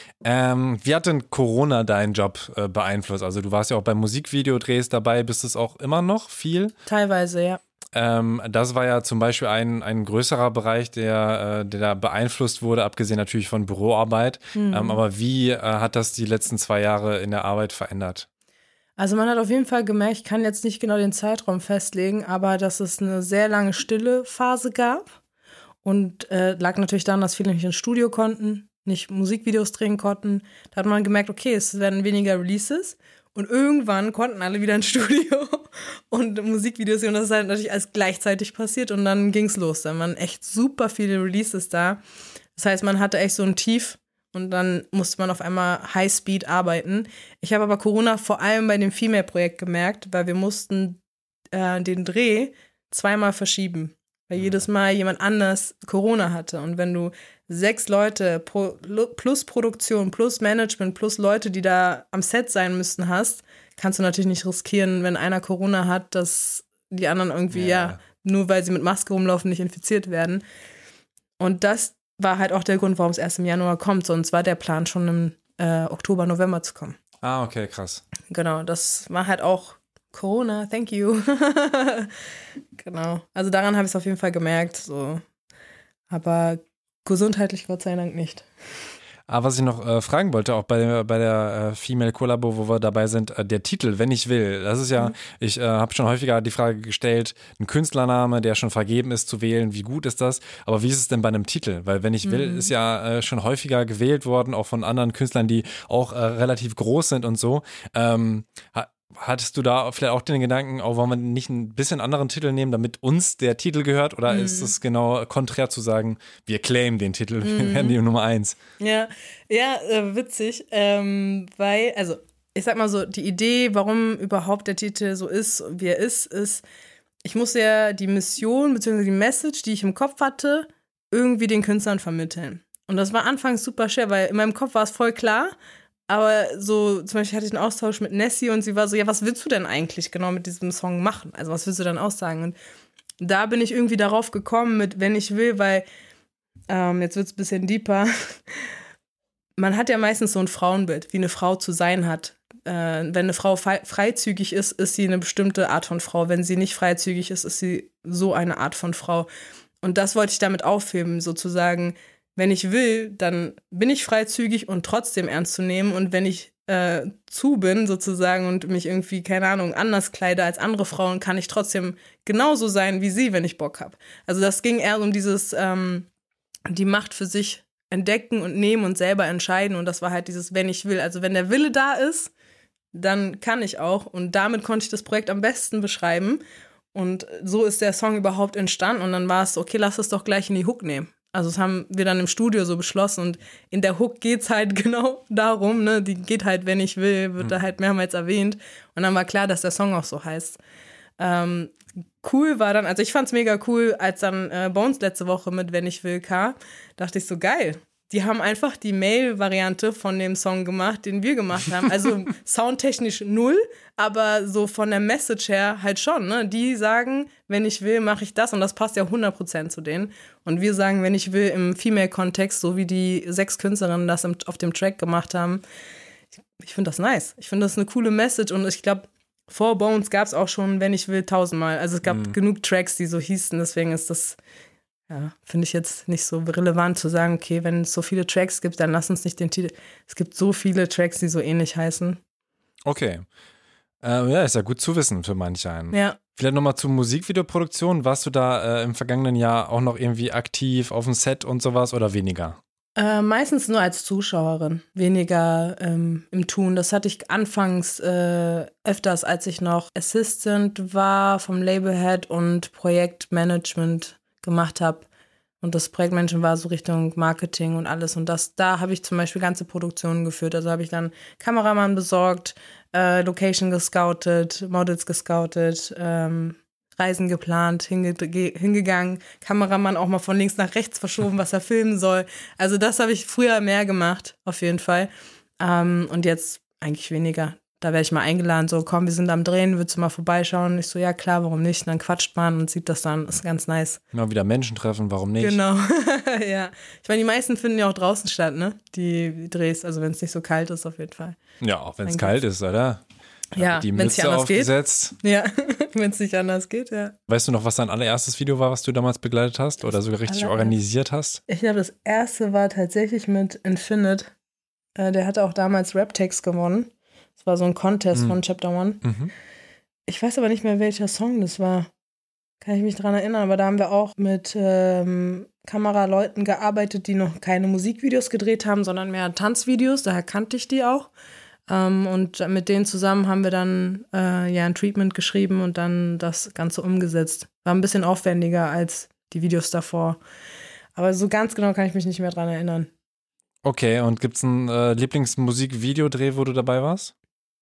Wie hat denn Corona deinen Job beeinflusst? Also du warst ja auch beim Musikvideodrehs dabei, bist es auch immer noch viel? Teilweise, ja. Das war ja zum Beispiel ein größerer Bereich, der da beeinflusst wurde, abgesehen natürlich von Büroarbeit. Aber wie hat das die letzten 2 Jahre in der Arbeit verändert? Also man hat auf jeden Fall gemerkt, ich kann jetzt nicht genau den Zeitraum festlegen, aber dass es eine sehr lange stille Phase gab und lag natürlich daran, dass viele nicht ins Studio konnten, nicht Musikvideos drehen konnten. Da hat man gemerkt, okay, es werden weniger Releases und irgendwann konnten alle wieder ins Studio und Musikvideos sehen und das ist halt natürlich alles gleichzeitig passiert und dann ging's los. Da waren echt super viele Releases da. Das heißt, man hatte echt so ein Tief und dann musste man auf einmal Highspeed arbeiten. Ich habe aber Corona vor allem bei dem Female-Projekt gemerkt, weil wir mussten den Dreh 2-mal verschieben, weil jedes Mal jemand anders Corona hatte. Und wenn du 6 Leute plus Produktion, plus Management, plus Leute, die da am Set sein müssten hast, kannst du natürlich nicht riskieren, wenn einer Corona hat, dass die anderen irgendwie, nur weil sie mit Maske rumlaufen, nicht infiziert werden. Und das war halt auch der Grund, warum es erst im Januar kommt. Sonst war der Plan schon im Oktober, November zu kommen. Ah, okay, krass. Genau, das war halt auch Corona, thank you. Genau, also daran habe ich es auf jeden Fall gemerkt. So. Aber gesundheitlich Gott sei Dank nicht. Aber was ich noch fragen wollte, auch bei der Female Collabo, wo wir dabei sind, der Titel, Wenn ich will, das ist ja, ich habe schon häufiger die Frage gestellt, ein Künstlername, der schon vergeben ist, zu wählen, wie gut ist das? Aber wie ist es denn bei einem Titel? Weil Wenn ich will, ist ja schon häufiger gewählt worden, auch von anderen Künstlern, die auch relativ groß sind und so. Hattest du da vielleicht auch den Gedanken, wollen wir nicht ein bisschen anderen Titel nehmen, damit uns der Titel gehört? Oder ist es genau konträr zu sagen, wir claimen den Titel, wir werden die Nummer 1? Ja, witzig, weil, also ich sag mal so, die Idee, warum überhaupt der Titel so ist, wie er ist, ich muss ja die Mission bzw. die Message, die ich im Kopf hatte, irgendwie den Künstlern vermitteln. Und das war anfangs super schwer, weil in meinem Kopf war es voll klar, aber so, zum Beispiel hatte ich einen Austausch mit Nessie und sie war so, ja, was willst du denn eigentlich genau mit diesem Song machen? Also was willst du dann aussagen? Und da bin ich irgendwie darauf gekommen mit Wenn ich will, weil, jetzt wird es ein bisschen deeper, man hat ja meistens so ein Frauenbild, wie eine Frau zu sein hat. Wenn eine Frau freizügig ist, ist sie eine bestimmte Art von Frau. Wenn sie nicht freizügig ist, ist sie so eine Art von Frau. Und das wollte ich damit aufheben, sozusagen, wenn ich will, dann bin ich freizügig und trotzdem ernst zu nehmen. Und wenn ich zu bin, sozusagen, und mich irgendwie, keine Ahnung, anders kleide als andere Frauen, kann ich trotzdem genauso sein wie sie, wenn ich Bock habe. Also das ging eher um dieses, die Macht für sich entdecken und nehmen und selber entscheiden. Und das war halt dieses, wenn ich will. Also wenn der Wille da ist, dann kann ich auch. Und damit konnte ich das Projekt am besten beschreiben. Und so ist der Song überhaupt entstanden. Und dann war es, okay, lass es doch gleich in die Hook nehmen. Also das haben wir dann im Studio so beschlossen. Und in der Hook geht's halt genau darum, ne? Die geht halt, wenn ich will, wird da halt mehrmals erwähnt. Und dann war klar, dass der Song auch so heißt. Cool war dann, also ich fand's mega cool, als dann Bones letzte Woche mit Wenn ich will kam, dachte ich so, geil. Die haben einfach die Mail-Variante von dem Song gemacht, den wir gemacht haben. Also soundtechnisch null, aber so von der Message her halt schon. Ne? Die sagen, wenn ich will, mache ich das. Und das passt ja 100% zu denen. Und wir sagen, wenn ich will, im Female-Kontext, so wie die 6 Künstlerinnen das auf dem Track gemacht haben. Ich finde das nice. Ich finde das eine coole Message. Und ich glaube, vor Bones gab es auch schon, wenn ich will, 1000-mal. Also es gab genug Tracks, die so hießen. Deswegen ist das... Ja, finde ich jetzt nicht so relevant zu sagen, okay, wenn es so viele Tracks gibt, dann lass uns nicht den Titel. Es gibt so viele Tracks, die so ähnlich heißen. Okay. Ja, ist ja gut zu wissen für manch einen. Ja. Vielleicht nochmal zur Musikvideoproduktion. Warst du da im vergangenen Jahr auch noch irgendwie aktiv auf dem Set und sowas oder weniger? Meistens nur als Zuschauerin, weniger im Tun. Das hatte ich anfangs öfters, als ich noch Assistant war vom Labelhead und Projektmanagement gemacht habe. Und das Projektmanagement war so Richtung Marketing und alles. Und da habe ich zum Beispiel ganze Produktionen geführt. Also habe ich dann Kameramann besorgt, Location gescoutet, Models gescoutet, Reisen geplant, hingegangen, Kameramann auch mal von links nach rechts verschoben, was er filmen soll. Also das habe ich früher mehr gemacht, auf jeden Fall. Und jetzt eigentlich weniger. Da werde ich mal eingeladen, so komm, wir sind am Drehen, willst du mal vorbeischauen? Ich so, ja klar, warum nicht? Und dann quatscht man und sieht das dann, ist ganz nice. Mal wieder Menschen treffen, warum nicht? Genau, ja. Ich meine, die meisten finden ja auch draußen statt, ne? Die Drehs, also wenn es nicht so kalt ist, auf jeden Fall. Ja, auch wenn es kalt ist, oder? Ja, die wenn es nicht Mütze anders aufgesetzt. geht. Ja, wenn es nicht anders geht, ja. Weißt du noch, was dein allererstes Video war, was du damals begleitet hast oder sogar richtig organisiert hast? Ich glaube, das erste war tatsächlich mit Infinite. Der hatte auch damals Raptex gewonnen. Das war so ein Contest von Chapter One. Mhm. Ich weiß aber nicht mehr, welcher Song das war. Kann ich mich dran erinnern. Aber da haben wir auch mit Kameraleuten gearbeitet, die noch keine Musikvideos gedreht haben, sondern mehr Tanzvideos. Daher kannte ich die auch. Und mit denen zusammen haben wir dann ein Treatment geschrieben und dann das Ganze umgesetzt. War ein bisschen aufwendiger als die Videos davor. Aber so ganz genau kann ich mich nicht mehr dran erinnern. Okay, und gibt's ein Lieblingsmusikvideodreh, wo du dabei warst?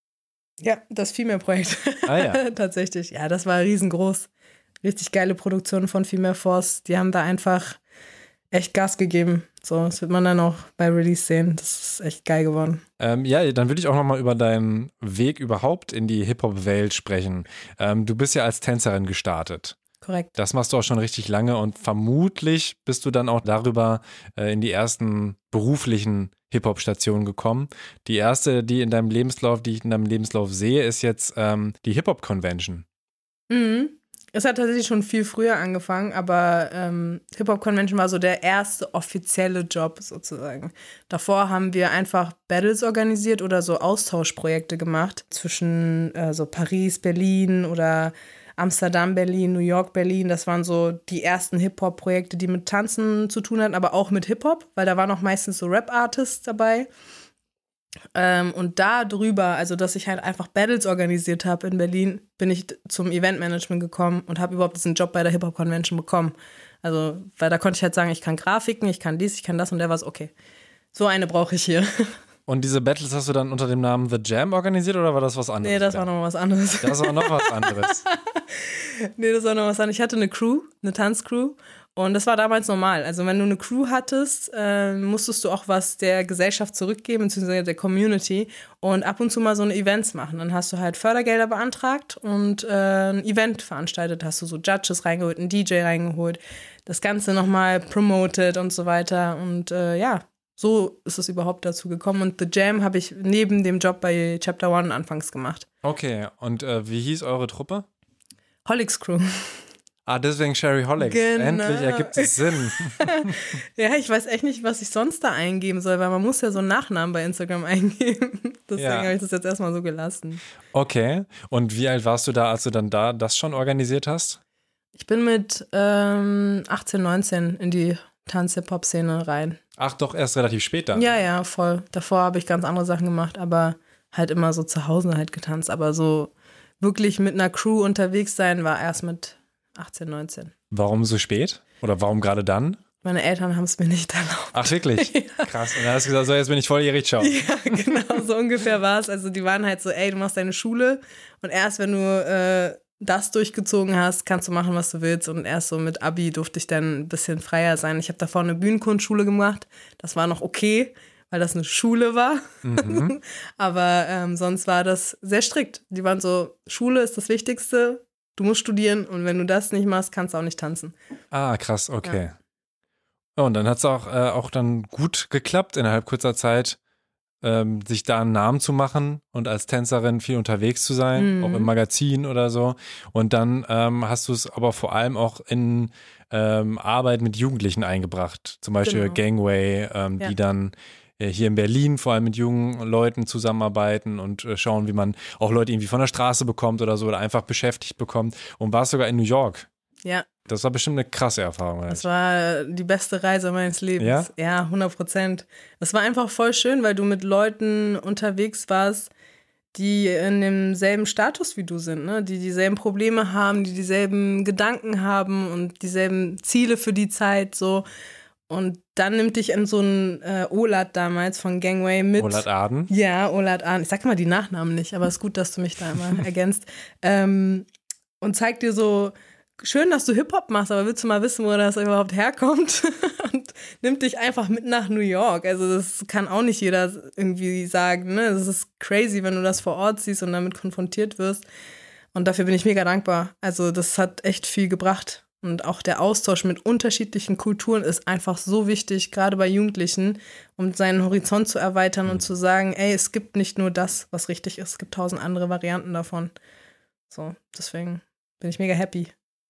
Ja, das Female-Projekt. Ah ja. Tatsächlich. Ja, das war riesengroß. Richtig geile Produktion von Female Force. Die haben da einfach echt Gas gegeben. So, das wird man dann auch bei Release sehen. Das ist echt geil geworden. Ja, dann würde ich auch nochmal über deinen Weg überhaupt in die Hip-Hop-Welt sprechen. Du bist ja als Tänzerin gestartet. Korrekt. Das machst du auch schon richtig lange und vermutlich bist du dann auch darüber in die ersten beruflichen Hip-Hop-Stationen gekommen. Die erste, die ich in deinem Lebenslauf sehe, ist jetzt die Hip-Hop-Convention. Mhm. Es hat tatsächlich schon viel früher angefangen, aber Hip-Hop-Convention war so der erste offizielle Job sozusagen. Davor haben wir einfach Battles organisiert oder so Austauschprojekte gemacht zwischen so Paris, Berlin oder Amsterdam, Berlin, New York, Berlin. Das waren so die ersten Hip-Hop-Projekte, die mit Tanzen zu tun hatten, aber auch mit Hip-Hop, weil da waren auch meistens so Rap-Artists dabei. Und da drüber, also dass ich halt einfach Battles organisiert habe in Berlin, bin ich zum Eventmanagement gekommen und habe überhaupt diesen Job bei der Hip-Hop-Convention bekommen. Also, weil da konnte ich halt sagen, ich kann Grafiken, ich kann dies, ich kann das und der war so, okay, so eine brauche ich hier. Und diese Battles hast du dann unter dem Namen The Jam organisiert oder war das was anderes? Nee, das war noch was anderes. Das war noch was anderes. Nee, das war noch was anderes. Ich hatte eine Crew, eine Tanzcrew. Und das war damals normal. Also wenn du eine Crew hattest, musstest du auch was der Gesellschaft zurückgeben, beziehungsweise der Community und ab und zu mal so eine Events machen. Dann hast du halt Fördergelder beantragt und ein Event veranstaltet. Hast du so Judges reingeholt, einen DJ reingeholt, das Ganze nochmal promoted und so weiter. Und so ist es überhaupt dazu gekommen. Und The Jam habe ich neben dem Job bei Chapter One anfangs gemacht. Okay, und wie hieß eure Truppe? Holics Crew. Ah, deswegen Sherry Holics. Genau. Endlich ergibt es Sinn. Ja, ich weiß echt nicht, was ich sonst da eingeben soll, weil man muss ja so einen Nachnamen bei Instagram eingeben. Deswegen habe ich das jetzt erstmal so gelassen. Okay, und wie alt warst du da, als du dann da das schon organisiert hast? Ich bin mit 18, 19 in die Tanz-Hip-Hop-Szene rein. Ach, doch erst relativ später. Ja, voll. Davor habe ich ganz andere Sachen gemacht, aber halt immer so zu Hause halt getanzt. Aber so wirklich mit einer Crew unterwegs sein war erst mit 18, 19. Warum so spät? Oder warum gerade dann? Meine Eltern haben es mir nicht erlaubt. Ach, wirklich? Ja. Krass. Und dann hast du gesagt, so, jetzt bin ich volljährig, ciao. Ja, genau, so ungefähr war es. Also die waren halt so, ey, du machst deine Schule und erst wenn du das durchgezogen hast, kannst du machen, was du willst. Und erst so mit Abi durfte ich dann ein bisschen freier sein. Ich habe davor eine Bühnenkunstschule gemacht. Das war noch okay, weil das eine Schule war. Mhm. Aber sonst war das sehr strikt. Die waren so, Schule ist das Wichtigste, du musst studieren und wenn du das nicht machst, kannst du auch nicht tanzen. Ah, krass, okay. Ja. Oh, und dann hat es auch dann gut geklappt, innerhalb kurzer Zeit sich da einen Namen zu machen und als Tänzerin viel unterwegs zu sein, auch im Magazin oder so. Und dann hast du es aber vor allem auch in Arbeit mit Jugendlichen eingebracht. Zum Beispiel Gangway, die dann hier in Berlin vor allem mit jungen Leuten zusammenarbeiten und schauen, wie man auch Leute irgendwie von der Straße bekommt oder so oder einfach beschäftigt bekommt. Und warst sogar in New York. Ja. Das war bestimmt eine krasse Erfahrung. Das war die beste Reise meines Lebens. Ja, 100%. Das war einfach voll schön, weil du mit Leuten unterwegs warst, die in demselben Status wie du sind, ne? Die dieselben Probleme haben, die dieselben Gedanken haben und dieselben Ziele für die Zeit, so. Und dann nimmt dich in so einen Olat damals von Gangway mit. Olat Aden? Ja, Olat Aden. Ich sag mal die Nachnamen nicht, aber es ist gut, dass du mich da immer ergänzt. Und zeigt dir so, schön, dass du Hip-Hop machst, aber willst du mal wissen, wo das überhaupt herkommt? Und nimmt dich einfach mit nach New York. Also das kann auch nicht jeder irgendwie sagen, ne? Das ist crazy, wenn du das vor Ort siehst und damit konfrontiert wirst. Und dafür bin ich mega dankbar. Also das hat echt viel gebracht. Und auch der Austausch mit unterschiedlichen Kulturen ist einfach so wichtig, gerade bei Jugendlichen, um seinen Horizont zu erweitern und zu sagen, ey, es gibt nicht nur das, was richtig ist, es gibt 1000 andere Varianten davon. So, deswegen bin ich mega happy.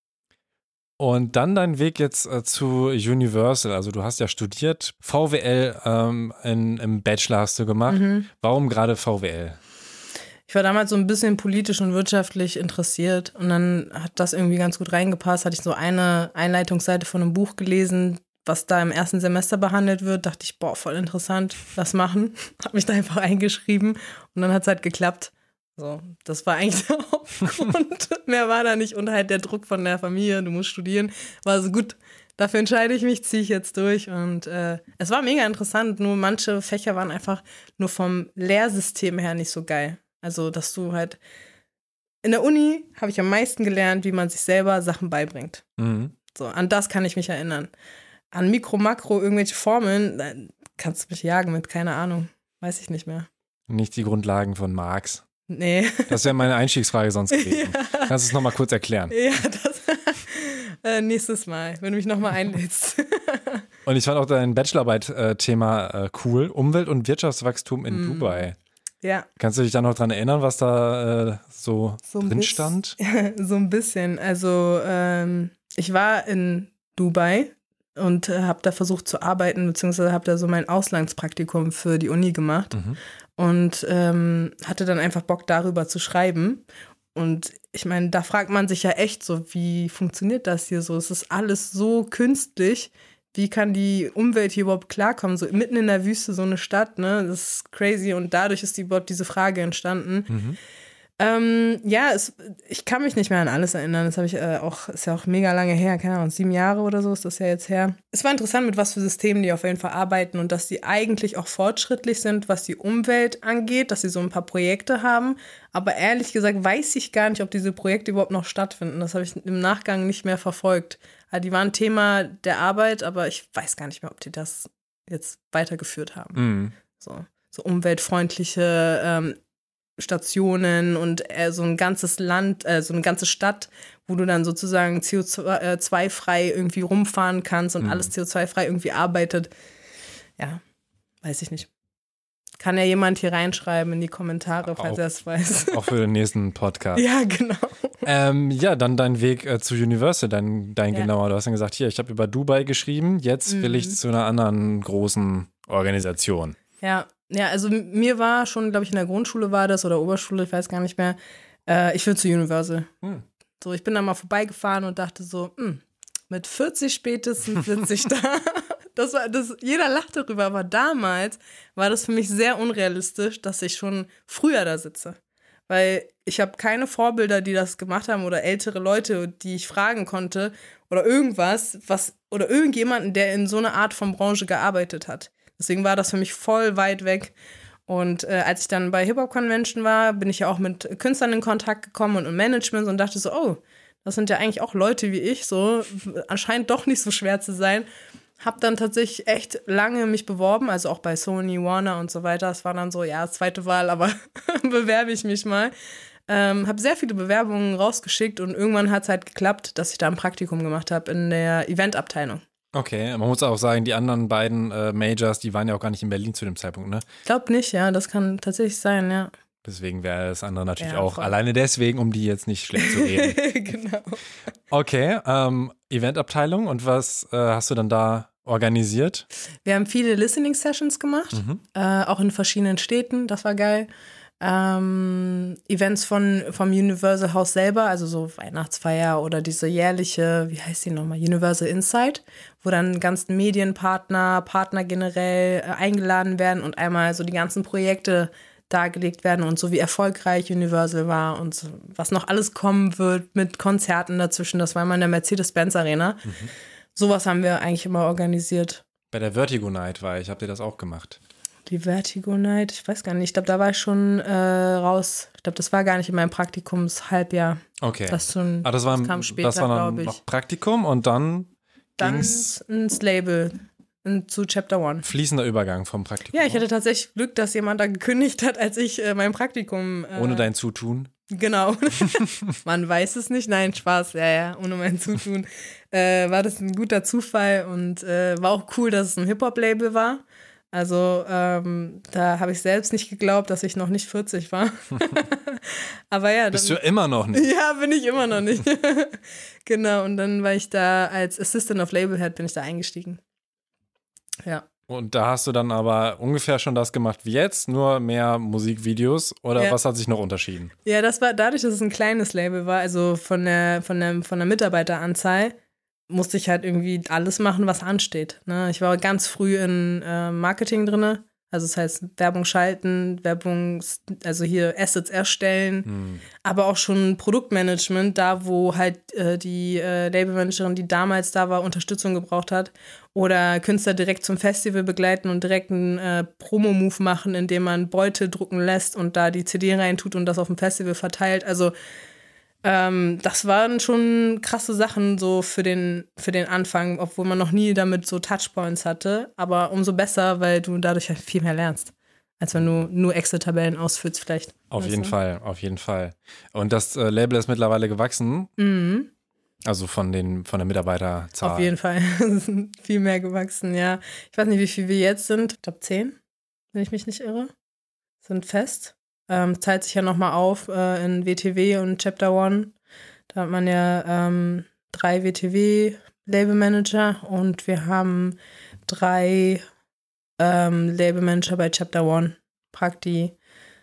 Und dann dein Weg jetzt zu Universal. Also du hast ja studiert, VWL im Bachelor hast du gemacht. Warum gerade VWL? Ich war damals so ein bisschen politisch und wirtschaftlich interessiert und dann hat das irgendwie ganz gut reingepasst. Hatte ich so eine Einleitungsseite von einem Buch gelesen, was da im ersten Semester behandelt wird. Dachte ich, boah, voll interessant, das machen. Habe mich da einfach eingeschrieben und dann hat es halt geklappt. So, das war eigentlich der Hauptgrund. Mehr war da nicht und halt der Druck von der Familie, du musst studieren. War so gut, dafür entscheide ich mich, ziehe ich jetzt durch. Und es war mega interessant, nur manche Fächer waren einfach nur vom Lehrsystem her nicht so geil. Also, dass du halt in der Uni habe ich am meisten gelernt, wie man sich selber Sachen beibringt. So, an das kann ich mich erinnern. An Mikro, Makro, irgendwelche Formeln, kannst du mich jagen mit, keine Ahnung. Weiß ich nicht mehr. Nicht die Grundlagen von Marx. Nee. Das wäre meine Einstiegsfrage sonst gewesen. Ja. Kannst du es nochmal kurz erklären? Ja, das nächstes Mal, wenn du mich nochmal einlädst. Und ich fand auch dein Bachelorarbeit-Thema cool. Umwelt- und Wirtschaftswachstum in Dubai. Ja. Kannst du dich da noch dran erinnern, was da so drin stand? So ein bisschen. Also ich war in Dubai und habe da versucht zu arbeiten, beziehungsweise habe da so mein Auslandspraktikum für die Uni gemacht und hatte dann einfach Bock, darüber zu schreiben. Und ich meine, da fragt man sich ja echt so, wie funktioniert das hier so? Es ist alles so künstlich. Wie kann die Umwelt hier überhaupt klarkommen? So mitten in der Wüste, so eine Stadt, ne? Das ist crazy. Und dadurch ist überhaupt diese Frage entstanden. Ich kann mich nicht mehr an alles erinnern. Das habe ich ist ja auch mega lange her. Keine Ahnung, 7 Jahre oder so ist das ja jetzt her. Es war interessant, mit was für Systemen die auf jeden Fall arbeiten und dass die eigentlich auch fortschrittlich sind, was die Umwelt angeht, dass sie so ein paar Projekte haben. Aber ehrlich gesagt weiß ich gar nicht, ob diese Projekte überhaupt noch stattfinden. Das habe ich im Nachgang nicht mehr verfolgt. Also die waren Thema der Arbeit, aber ich weiß gar nicht mehr, ob die das jetzt weitergeführt haben. So umweltfreundliche Stationen und so ein ganzes Land, so eine ganze Stadt, wo du dann sozusagen CO2-frei irgendwie rumfahren kannst und alles CO2-frei irgendwie arbeitet. Ja, weiß ich nicht. Kann ja jemand hier reinschreiben in die Kommentare, falls er es weiß. Auch für den nächsten Podcast. Ja, genau. Dann dein Weg zu Universal, dein genauer. Du hast dann gesagt, hier, ich habe über Dubai geschrieben, jetzt will ich zu einer anderen großen Organisation. Ja, also mir war schon, glaube ich, in der Grundschule war das oder Oberschule, ich weiß gar nicht mehr, ich will zu Universal. So, ich bin da mal vorbeigefahren und dachte so, mit 40 spätestens sitze ich da. Jeder lacht darüber, aber damals war das für mich sehr unrealistisch, dass ich schon früher da sitze. weil ich habe keine Vorbilder, die das gemacht haben oder ältere Leute, die ich fragen konnte oder irgendwas, oder irgendjemanden, der in so einer Art von Branche gearbeitet hat. Deswegen war das für mich voll weit weg. Und als ich dann bei Hip-Hop-Convention war, bin ich ja auch mit Künstlern in Kontakt gekommen und Management und dachte so, oh, das sind ja eigentlich auch Leute wie ich, so anscheinend doch nicht so schwer zu sein. Hab dann tatsächlich echt lange mich beworben, also auch bei Sony, Warner und so weiter. Es war dann so, ja, zweite Wahl, aber bewerbe ich mich mal. Habe sehr viele Bewerbungen rausgeschickt und irgendwann hat es halt geklappt, dass ich da ein Praktikum gemacht habe in der Eventabteilung. Okay, man muss auch sagen, die anderen beiden Majors, die waren ja auch gar nicht in Berlin zu dem Zeitpunkt, ne? Ich glaube nicht, ja, das kann tatsächlich sein, ja. Deswegen wäre das andere natürlich Ja, auch voll. alleine deswegen, um die jetzt nicht schlecht zu reden. Genau. Okay, Eventabteilung und was hast du dann da organisiert? Wir haben viele Listening-Sessions gemacht, auch in verschiedenen Städten, das war geil. Events vom Universal House selber, also so Weihnachtsfeier oder diese jährliche, wie heißt die nochmal, Universal Insight, wo dann ganzen Medienpartner, Partner generell eingeladen werden und einmal so die ganzen Projekte dargelegt werden und so wie erfolgreich Universal war und so, was noch alles kommen wird mit Konzerten dazwischen. Das war immer in der Mercedes-Benz Arena. Sowas haben wir eigentlich immer organisiert. Bei der Vertigo Night war ich, habt ihr das auch gemacht? Die Vertigo Night, ich weiß gar nicht. Ich glaube, da war ich schon raus. Ich glaube, das war gar nicht in meinem Praktikumshalbjahr. Okay. Das war kam später, das war dann glaube ich. noch Praktikum und dann Dann ging's ins Label, zu Chapter One. fließender Übergang vom Praktikum. Ja, ich hatte tatsächlich Glück, dass jemand da gekündigt hat, als ich mein Praktikum. Ohne dein Zutun. Genau. Man weiß es nicht. Nein, Spaß. Ja, ohne mein Zutun. War das ein guter Zufall und war auch cool, dass es ein Hip-Hop-Label war. Also da habe ich selbst nicht geglaubt, dass ich noch nicht 40 war. Aber ja. Bist du immer noch nicht? Ja, bin ich immer noch nicht. Genau, und dann war ich da als Assistant of Label Head, bin ich da eingestiegen. Ja. Und da hast du dann aber ungefähr schon das gemacht wie jetzt, nur mehr Musikvideos oder Ja. was hat sich noch unterschieden? Ja, das war dadurch, dass es ein kleines Label war, also von der Mitarbeiteranzahl, musste ich halt irgendwie alles machen, was ansteht. Ne? Ich war ganz früh in Marketing drin, also das heißt Werbung schalten, also hier Assets erstellen, aber auch schon Produktmanagement, da wo halt die Labelmanagerin, die damals da war, Unterstützung gebraucht hat oder Künstler direkt zum Festival begleiten und direkt einen Promo-Move machen, indem man Beutel drucken lässt und da die CD reintut und das auf dem Festival verteilt. Also das waren schon krasse Sachen so für den Anfang, obwohl man noch nie damit so Touchpoints hatte. Aber umso besser, weil du dadurch halt viel mehr lernst, als wenn du nur Excel-Tabellen ausfüllst vielleicht. Auf jeden Fall. Und das Label ist mittlerweile gewachsen. Mhm. Also von der Mitarbeiterzahl. Auf jeden Fall. Sind viel mehr gewachsen, ja. Ich weiß nicht, wie viel wir jetzt sind. Ich glaube 10, wenn ich mich nicht irre. Sind fest. Teilt sich ja nochmal auf in WTW und Chapter One. Da hat man ja 3 WTW-Labelmanager und wir haben 3 Labelmanager bei Chapter One. Prakti,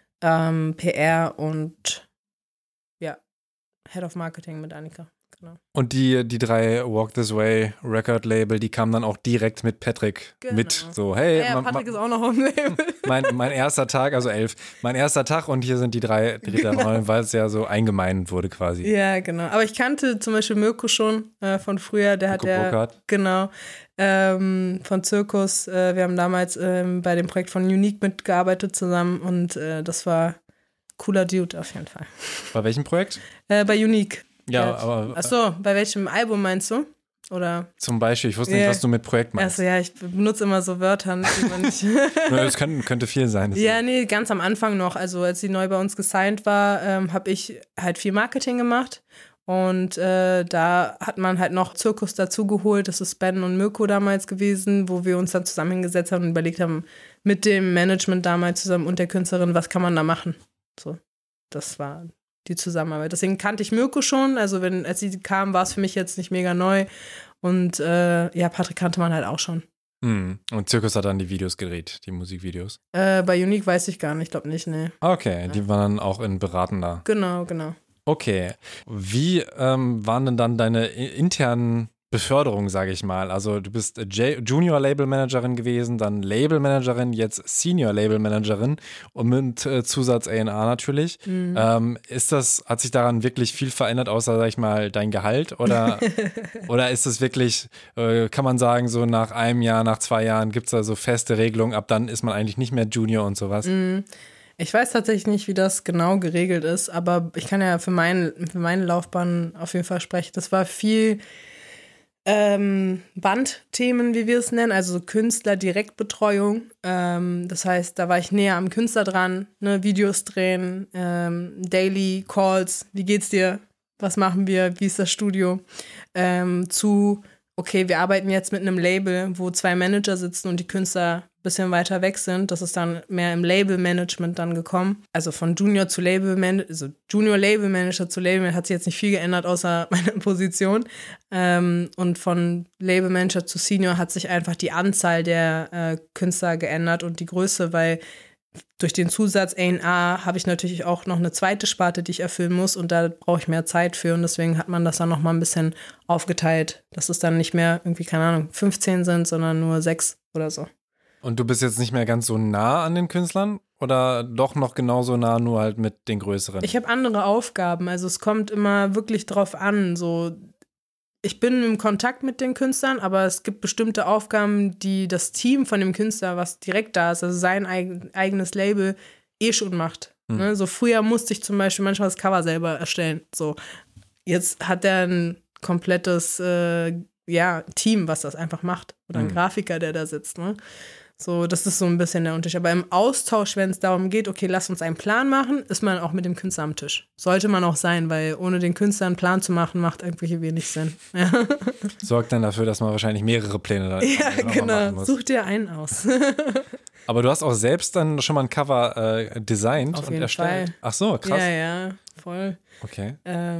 PR und ja, Head of Marketing mit Annika. Genau. Und die 3 Walk This Way Record Label, die kamen dann auch direkt mit Patrick mit. So, hey, Ja, Patrick ist auch noch auf dem Label. mein erster Tag, also 11, mein erster Tag und hier sind die 3 Dritter, weil es ja so eingemeint wurde quasi. Ja, genau. Aber ich kannte zum Beispiel Mirko schon von früher, der Mirko hat ja, Burkhardt. genau, von Zirkus. Wir haben damals bei dem Projekt von Unique mitgearbeitet zusammen und das war cooler Dude auf jeden Fall. Bei welchem Projekt? Bei Unique. Ja, aber Achso, bei welchem Album meinst du? Oder? zum Beispiel, ich wusste nicht, was du mit Projekt meinst. Also ja, ich benutze immer so Wörter, die man nicht. Das könnte viel sein. Ja, nee, ganz am Anfang noch. Also als sie neu bei uns gesigned war, habe ich halt viel Marketing gemacht. Und da hat man halt noch Zirkus dazugeholt. Das ist Ben und Mirko damals gewesen, wo wir uns dann zusammen hingesetzt haben und überlegt haben, mit dem Management damals zusammen und der Künstlerin, was kann man da machen? So, das war die Zusammenarbeit. Deswegen kannte ich Mirko schon. Also als sie kam, war es für mich jetzt nicht mega neu. Und ja, Patrick kannte man halt auch schon. Und Zirkus hat dann die Videos gedreht, die Musikvideos. Bei Unique weiß ich gar nicht, ich glaube nicht, nee. Okay, die waren dann auch in beratender. Genau. Okay. Wie waren denn dann deine internen Beförderung, sage ich mal. Also du bist Junior-Label-Managerin gewesen, dann Label-Managerin, jetzt Senior-Label-Managerin und mit Zusatz A&R natürlich. Hat sich daran wirklich viel verändert, außer, sag ich mal, dein Gehalt? Oder ist es wirklich, kann man sagen, so nach einem Jahr, nach 2 Jahren gibt es da so feste Regelungen, ab dann ist man eigentlich nicht mehr Junior und sowas? Ich weiß tatsächlich nicht, wie das genau geregelt ist, aber ich kann ja für meine Laufbahn auf jeden Fall sprechen. Das war viel Bandthemen, wie wir es nennen, also Künstler-Direktbetreuung. Das heißt, da war ich näher am Künstler dran, ne, Videos drehen, Daily Calls, wie geht's dir, was machen wir, wie ist das Studio, okay, wir arbeiten jetzt mit einem Label, wo 2 Manager sitzen und die Künstler ein bisschen weiter weg sind. Das ist dann mehr im Label-Management dann gekommen. Also von Junior zu Label-Manager, also Junior-Label-Manager zu Label hat sich jetzt nicht viel geändert, außer meine Position. Und von Label-Manager zu Senior hat sich einfach die Anzahl der Künstler geändert und die Größe, weil durch den Zusatz A&R habe ich natürlich auch noch eine zweite Sparte, die ich erfüllen muss und da brauche ich mehr Zeit für und deswegen hat man das dann noch mal ein bisschen aufgeteilt, dass es dann nicht mehr irgendwie, keine Ahnung, 15 sind, sondern nur 6 oder so. Und du bist jetzt nicht mehr ganz so nah an den Künstlern oder doch noch genauso nah, nur halt mit den größeren? Ich habe andere Aufgaben, also es kommt immer wirklich drauf an, so ich bin im Kontakt mit den Künstlern, aber es gibt bestimmte Aufgaben, die das Team von dem Künstler, was direkt da ist, also sein eigenes Label, schon macht. Ne? So früher musste ich zum Beispiel manchmal das Cover selber erstellen. So. Jetzt hat er ein komplettes Team, was das einfach macht. Oder ein Grafiker, der da sitzt. Ne? So, das ist so ein bisschen der Unterschied. Aber im Austausch, wenn es darum geht, okay, lass uns einen Plan machen, ist man auch mit dem Künstler am Tisch. Sollte man auch sein, weil ohne den Künstler einen Plan zu machen, macht irgendwie wenig Sinn. Ja. Sorgt dann dafür, dass man wahrscheinlich mehrere Pläne da genau. machen muss. Such dir einen aus. Aber du hast auch selbst dann schon mal ein Cover designt Auf und jeden erstellt. Fall. Ach so, krass. Ja, voll. Okay.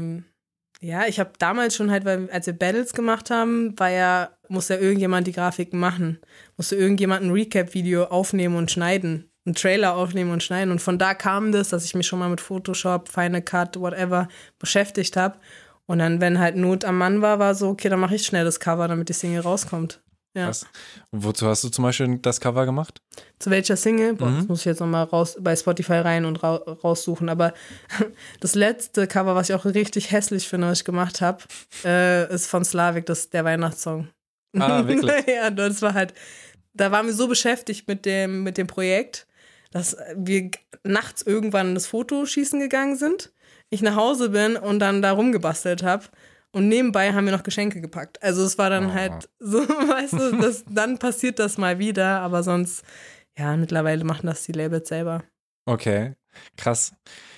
Ja, ich habe damals schon halt, weil als wir Battles gemacht haben, musste ja irgendjemand die Grafiken machen. Musste irgendjemand ein Recap-Video aufnehmen und schneiden. Einen Trailer aufnehmen und schneiden. Und von da kam das, dass ich mich schon mal mit Photoshop, Final Cut, whatever beschäftigt habe. Und dann, wenn halt Not am Mann war so, okay, dann mache ich schnell das Cover, damit die Single rauskommt. Ja. Krass. Und wozu hast du zum Beispiel das Cover gemacht? Zu welcher Single? Boah, das muss ich jetzt nochmal bei Spotify rein und raussuchen. Aber das letzte Cover, was ich auch richtig hässlich finde, was ich gemacht habe, ist von Slavik, das ist der Weihnachtssong. Ah, wirklich? Ja, das war halt, da waren wir so beschäftigt mit dem Projekt, dass wir nachts irgendwann das Fotoschießen gegangen sind, ich nach Hause bin und dann da rumgebastelt habe. Und nebenbei haben wir noch Geschenke gepackt. Also es war dann halt so, weißt du, dann passiert das mal wieder, aber sonst, ja, mittlerweile machen das die Labels selber. Okay, krass.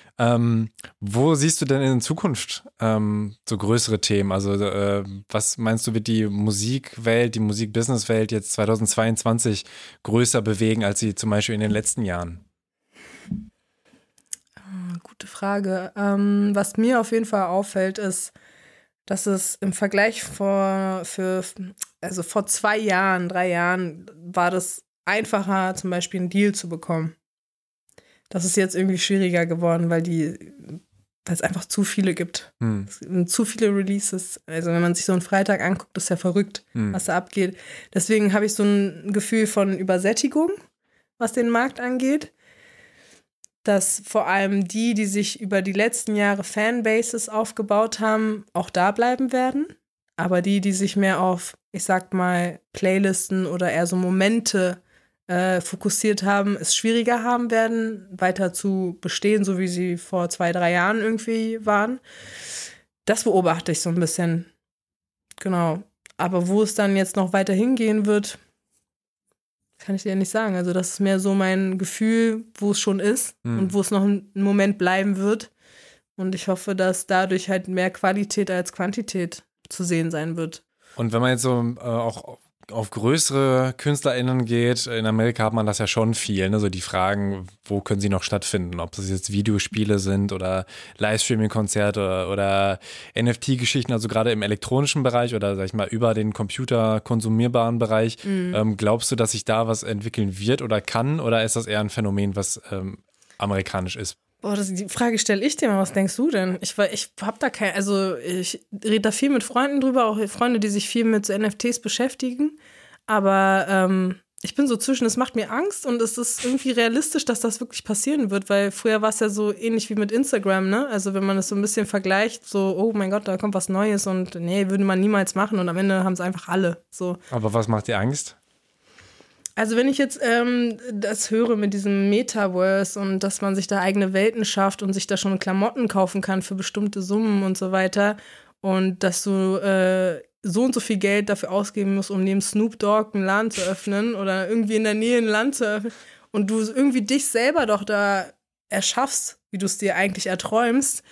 Wo siehst du denn in Zukunft so größere Themen? Also was meinst du, wird die Musikwelt, die Musikbusinesswelt jetzt 2022 größer bewegen, als sie zum Beispiel in den letzten Jahren? Gute Frage. Was mir auf jeden Fall auffällt, ist, dass es im Vergleich vor 2 Jahren, 3 Jahren, war das einfacher, zum Beispiel einen Deal zu bekommen. Das ist jetzt irgendwie schwieriger geworden, weil es einfach zu viele gibt. Es sind zu viele Releases. Also wenn man sich so einen Freitag anguckt, ist ja verrückt, was da abgeht. Deswegen habe ich so ein Gefühl von Übersättigung, was den Markt angeht. Dass vor allem die sich über die letzten Jahre Fanbases aufgebaut haben, auch da bleiben werden. Aber die sich mehr auf, ich sag mal, Playlisten oder eher so Momente fokussiert haben, es schwieriger haben werden, weiter zu bestehen, so wie sie vor 2, 3 Jahren irgendwie waren. Das beobachte ich so ein bisschen. Genau. Aber wo es dann jetzt noch weiter hingehen wird, kann ich dir nicht sagen. Also das ist mehr so mein Gefühl, wo es schon ist und wo es noch einen Moment bleiben wird. Und ich hoffe, dass dadurch halt mehr Qualität als Quantität zu sehen sein wird. Und wenn man jetzt so auch auf größere KünstlerInnen geht, in Amerika hat man das ja schon viel, ne? So die Fragen, wo können sie noch stattfinden? Ob das jetzt Videospiele sind oder Livestreaming-Konzerte oder NFT-Geschichten, also gerade im elektronischen Bereich oder sag ich mal über den Computer konsumierbaren Bereich. Glaubst du, dass sich da was entwickeln wird oder kann? Oder ist das eher ein Phänomen, was amerikanisch ist? Boah, die Frage stelle ich dir mal, was denkst du denn? Ich habe da ich rede da viel mit Freunden drüber, auch Freunde, die sich viel mit so NFTs beschäftigen, aber ich bin so zwischen, es macht mir Angst und es ist irgendwie realistisch, dass das wirklich passieren wird, weil früher war es ja so ähnlich wie mit Instagram, ne? Also wenn man es so ein bisschen vergleicht, so, oh mein Gott, da kommt was Neues und nee, würde man niemals machen und am Ende haben es einfach alle, so. Aber was macht dir Angst? Also wenn ich jetzt das höre mit diesem Metaverse und dass man sich da eigene Welten schafft und sich da schon Klamotten kaufen kann für bestimmte Summen und so weiter und dass du so und so viel Geld dafür ausgeben musst, um neben Snoop Dogg einen Laden zu öffnen oder irgendwie in der Nähe einen Laden zu öffnen und du irgendwie dich selber doch da erschaffst, wie du es dir eigentlich erträumst,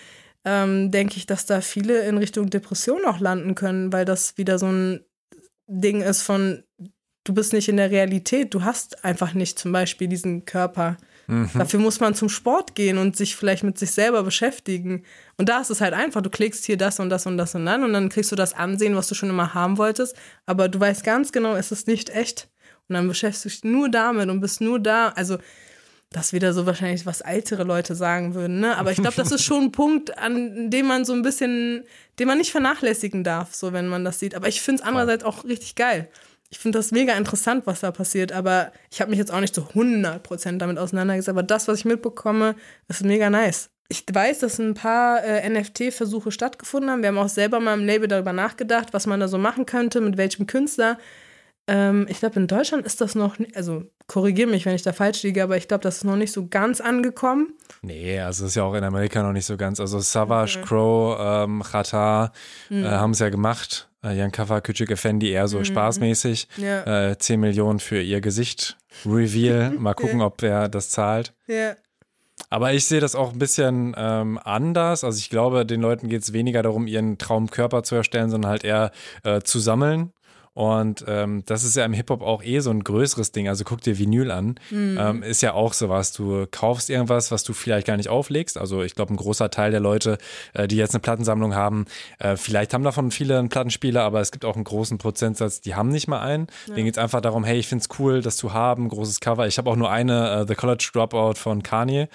denke ich, dass da viele in Richtung Depression auch landen können, weil das wieder so ein Ding ist von du bist nicht in der Realität, du hast einfach nicht zum Beispiel diesen Körper. Dafür muss man zum Sport gehen und sich vielleicht mit sich selber beschäftigen. Und da ist es halt einfach, du klickst hier das und das und das und dann kriegst du das Ansehen, was du schon immer haben wolltest, aber du weißt ganz genau, es ist nicht echt. Und dann beschäftigst du dich nur damit und bist nur da. Also das ist wieder so wahrscheinlich, was ältere Leute sagen würden, ne? Aber ich glaube, das ist schon ein Punkt, an dem man so ein bisschen, den man nicht vernachlässigen darf, so wenn man das sieht. Aber ich finde es andererseits auch richtig geil. Ich finde das mega interessant, was da passiert, aber ich habe mich jetzt auch nicht zu 100% damit auseinandergesetzt, aber das, was ich mitbekomme, ist mega nice. Ich weiß, dass ein paar NFT-Versuche stattgefunden haben. Wir haben auch selber mal im Label darüber nachgedacht, was man da so machen könnte, mit welchem Künstler. Ich glaube, in Deutschland ist das noch, also korrigiere mich, wenn ich da falsch liege, aber ich glaube, das ist noch nicht so ganz angekommen. Nee, also ist ja auch in Amerika noch nicht so ganz. Also Savage, Crow, Xatar haben es ja gemacht. Jan Kafa, Küçük Efendi eher so spaßmäßig. Ja. 10 Millionen für ihr Gesicht. Reveal. Mal gucken, ob wer das zahlt. Ja. Aber ich sehe das auch ein bisschen anders. Also ich glaube, den Leuten geht es weniger darum, ihren Traumkörper zu erstellen, sondern halt eher zu sammeln. Und das ist ja im Hip-Hop auch so ein größeres Ding. Also guck dir Vinyl an. Ist ja auch sowas. Du kaufst irgendwas, was du vielleicht gar nicht auflegst. Also ich glaube, ein großer Teil der Leute, die jetzt eine Plattensammlung haben, vielleicht haben davon viele einen Plattenspieler, aber es gibt auch einen großen Prozentsatz, die haben nicht mal einen. Ja. Denen geht es einfach darum, hey, ich finde es cool, das zu haben, großes Cover. Ich habe auch nur eine, The College Dropout von Kanye.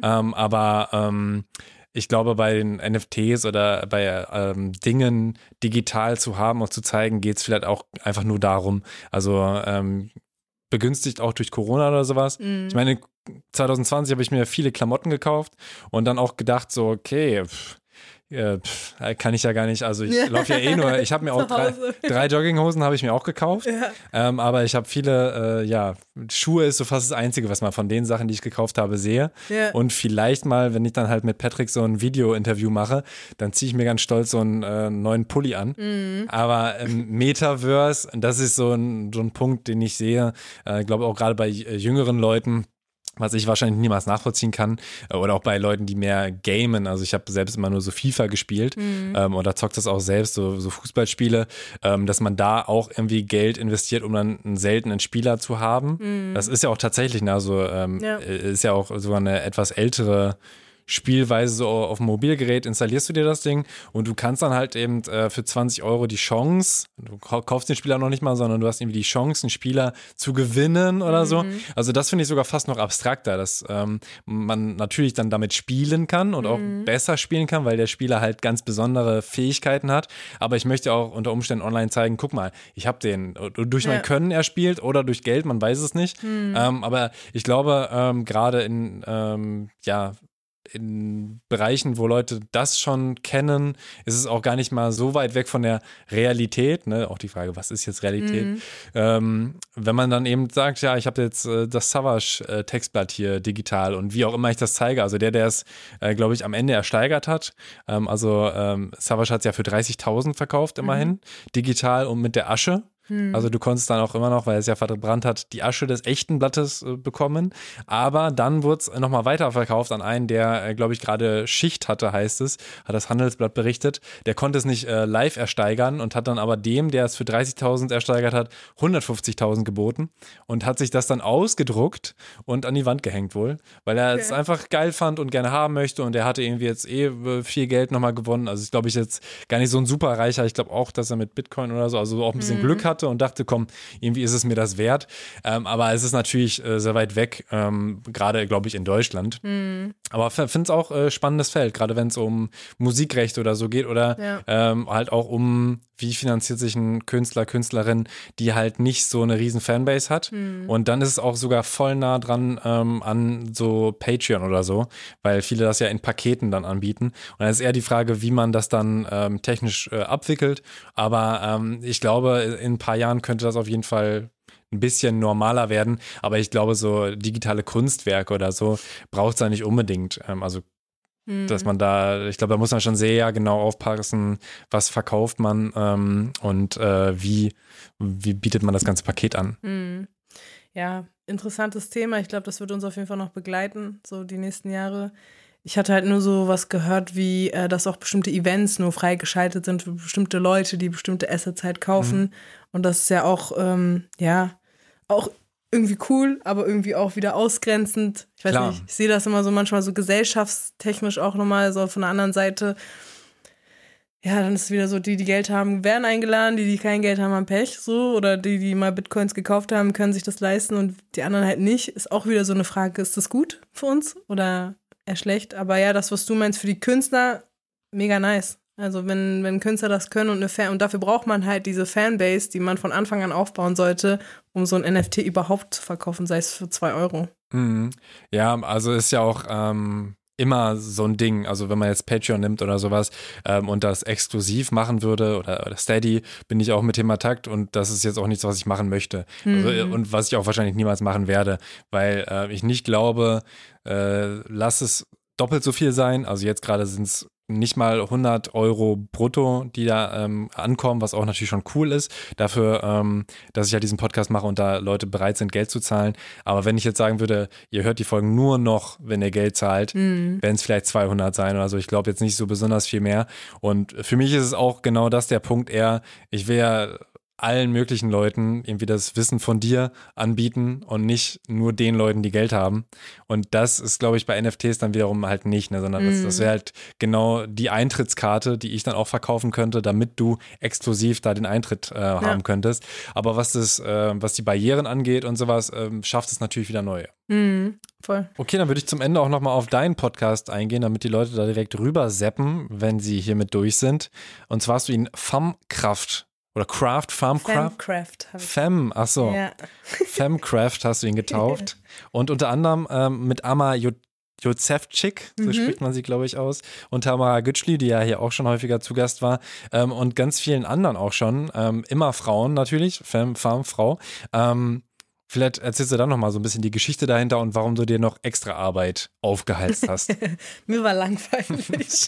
Ich glaube, bei den NFTs oder bei Dingen digital zu haben und zu zeigen, geht es vielleicht auch einfach nur darum, also begünstigt auch durch Corona oder sowas. Ich meine, 2020 habe ich mir viele Klamotten gekauft und dann auch gedacht so, okay, kann ich ja gar nicht, also ich laufe ja nur, ich habe mir auch drei Jogginghosen habe ich mir auch gekauft, aber ich habe viele, Schuhe ist so fast das Einzige, was man von den Sachen, die ich gekauft habe, sehe und vielleicht mal, wenn ich dann halt mit Patrick so ein Video-Interview mache, dann ziehe ich mir ganz stolz so einen neuen Pulli an, aber Metaverse, das ist so ein Punkt, den ich sehe, glaube auch gerade bei jüngeren Leuten, was ich wahrscheinlich niemals nachvollziehen kann, oder auch bei Leuten, die mehr gamen, also ich habe selbst immer nur so FIFA gespielt oder zockt das auch selbst, so Fußballspiele, dass man da auch irgendwie Geld investiert, um dann einen seltenen Spieler zu haben. Das ist ja auch tatsächlich, also ist ja auch sogar eine etwas ältere Spielweise, so auf dem Mobilgerät installierst du dir das Ding und du kannst dann halt eben für 20 € die Chance, du kaufst den Spieler noch nicht mal, sondern du hast irgendwie die Chance, einen Spieler zu gewinnen oder so. Also das finde ich sogar fast noch abstrakter, dass man natürlich dann damit spielen kann und auch besser spielen kann, weil der Spieler halt ganz besondere Fähigkeiten hat. Aber ich möchte auch unter Umständen online zeigen, guck mal, ich habe den durch mein Können erspielt oder durch Geld, man weiß es nicht. Aber ich glaube, gerade in Bereichen, wo Leute das schon kennen, ist es auch gar nicht mal so weit weg von der Realität, ne? Auch die Frage, was ist jetzt Realität? Wenn man dann eben sagt, ja, ich habe jetzt das Savage-Textblatt hier digital und wie auch immer ich das zeige, also der es, glaube ich, am Ende ersteigert hat, Savage hat es ja für 30.000 verkauft immerhin, digital und mit der Asche. Also du konntest dann auch immer noch, weil es ja verbrannt hat, die Asche des echten Blattes bekommen. Aber dann wurde es nochmal weiterverkauft an einen, der, glaube ich, gerade Schicht hatte, heißt es, hat das Handelsblatt berichtet. Der konnte es nicht live ersteigern und hat dann aber dem, der es für 30.000 ersteigert hat, 150.000 geboten und hat sich das dann ausgedruckt und an die Wand gehängt wohl, weil er es einfach geil fand und gerne haben möchte und er hatte irgendwie jetzt viel Geld nochmal gewonnen. Also ist, glaube ich, jetzt gar nicht so ein Superreicher. Ich glaube auch, dass er mit Bitcoin oder so, also auch ein bisschen Glück hat. hatte und dachte, komm, irgendwie ist es mir das wert. Aber es ist natürlich sehr weit weg, gerade, glaube ich, in Deutschland. Aber ich finde es auch spannendes Feld, gerade wenn es um Musikrecht oder so geht oder halt auch um, wie finanziert sich ein Künstler, Künstlerin, die halt nicht so eine riesen Fanbase hat. Und dann ist es auch sogar voll nah dran an so Patreon oder so, weil viele das ja in Paketen dann anbieten. Und dann ist eher die Frage, wie man das dann technisch abwickelt. Aber ich glaube, in ein paar Jahren könnte das auf jeden Fall ein bisschen normaler werden. Aber ich glaube, so digitale Kunstwerke oder so braucht es da nicht unbedingt. Dass man da, ich glaube, da muss man schon sehr genau aufpassen, was verkauft man und wie bietet man das ganze Paket an. Ja, interessantes Thema. Ich glaube, das wird uns auf jeden Fall noch begleiten, so die nächsten Jahre. Ich hatte halt nur so was gehört, wie dass auch bestimmte Events nur freigeschaltet sind für bestimmte Leute, die bestimmte Assets halt kaufen. Und das ist ja auch, auch irgendwie cool, aber irgendwie auch wieder ausgrenzend. Ich weiß nicht, ich sehe das immer so manchmal so gesellschaftstechnisch auch nochmal so von der anderen Seite. Ja, dann ist es wieder so, die Geld haben, werden eingeladen, die kein Geld haben, haben Pech, so. Oder die mal Bitcoins gekauft haben, können sich das leisten und die anderen halt nicht. Ist auch wieder so eine Frage, ist das gut für uns oder eher schlecht? Aber ja, das, was du meinst für die Künstler, mega nice. Also wenn Künstler das können und dafür braucht man halt diese Fanbase, die man von Anfang an aufbauen sollte, um so ein NFT überhaupt zu verkaufen, sei es für 2 Euro. Ja, also ist ja auch immer so ein Ding, also wenn man jetzt Patreon nimmt oder sowas und das exklusiv machen würde oder Steady, bin ich auch mit Thema Takt und das ist jetzt auch nichts, was ich machen möchte. Also, und was ich auch wahrscheinlich niemals machen werde, weil ich nicht glaube, lass es doppelt so viel sein, also jetzt gerade sind es nicht mal 100 Euro brutto, die da ankommen, was auch natürlich schon cool ist, dafür, dass ich ja diesen Podcast mache und da Leute bereit sind, Geld zu zahlen. Aber wenn ich jetzt sagen würde, ihr hört die Folgen nur noch, wenn ihr Geld zahlt, werden es vielleicht 200 sein oder so. Ich glaube jetzt nicht so besonders viel mehr. Und für mich ist es auch genau das der Punkt eher, ich will ja allen möglichen Leuten irgendwie das Wissen von dir anbieten und nicht nur den Leuten, die Geld haben. Und das ist, glaube ich, bei NFTs dann wiederum halt nicht, ne, sondern das wäre halt genau die Eintrittskarte, die ich dann auch verkaufen könnte, damit du exklusiv da den Eintritt haben könntest. Aber was die Barrieren angeht und sowas, schafft es natürlich wieder neue. Voll. Okay, dann würde ich zum Ende auch nochmal auf deinen Podcast eingehen, damit die Leute da direkt rüber zappen, wenn sie hiermit durch sind. Und zwar hast du ihn Femcraft oder Femcraft. Achso. Ja. Femcraft hast du ihn getauft. Und unter anderem mit Ama Jozefczyk, so spricht man sie, glaube ich, aus, und Tamara Gütschli, die ja hier auch schon häufiger zu Gast war, und ganz vielen anderen auch schon. Immer Frauen natürlich, Frau. Vielleicht erzählst du dann nochmal so ein bisschen die Geschichte dahinter und warum du dir noch extra Arbeit aufgehalst hast. Mir war langweilig.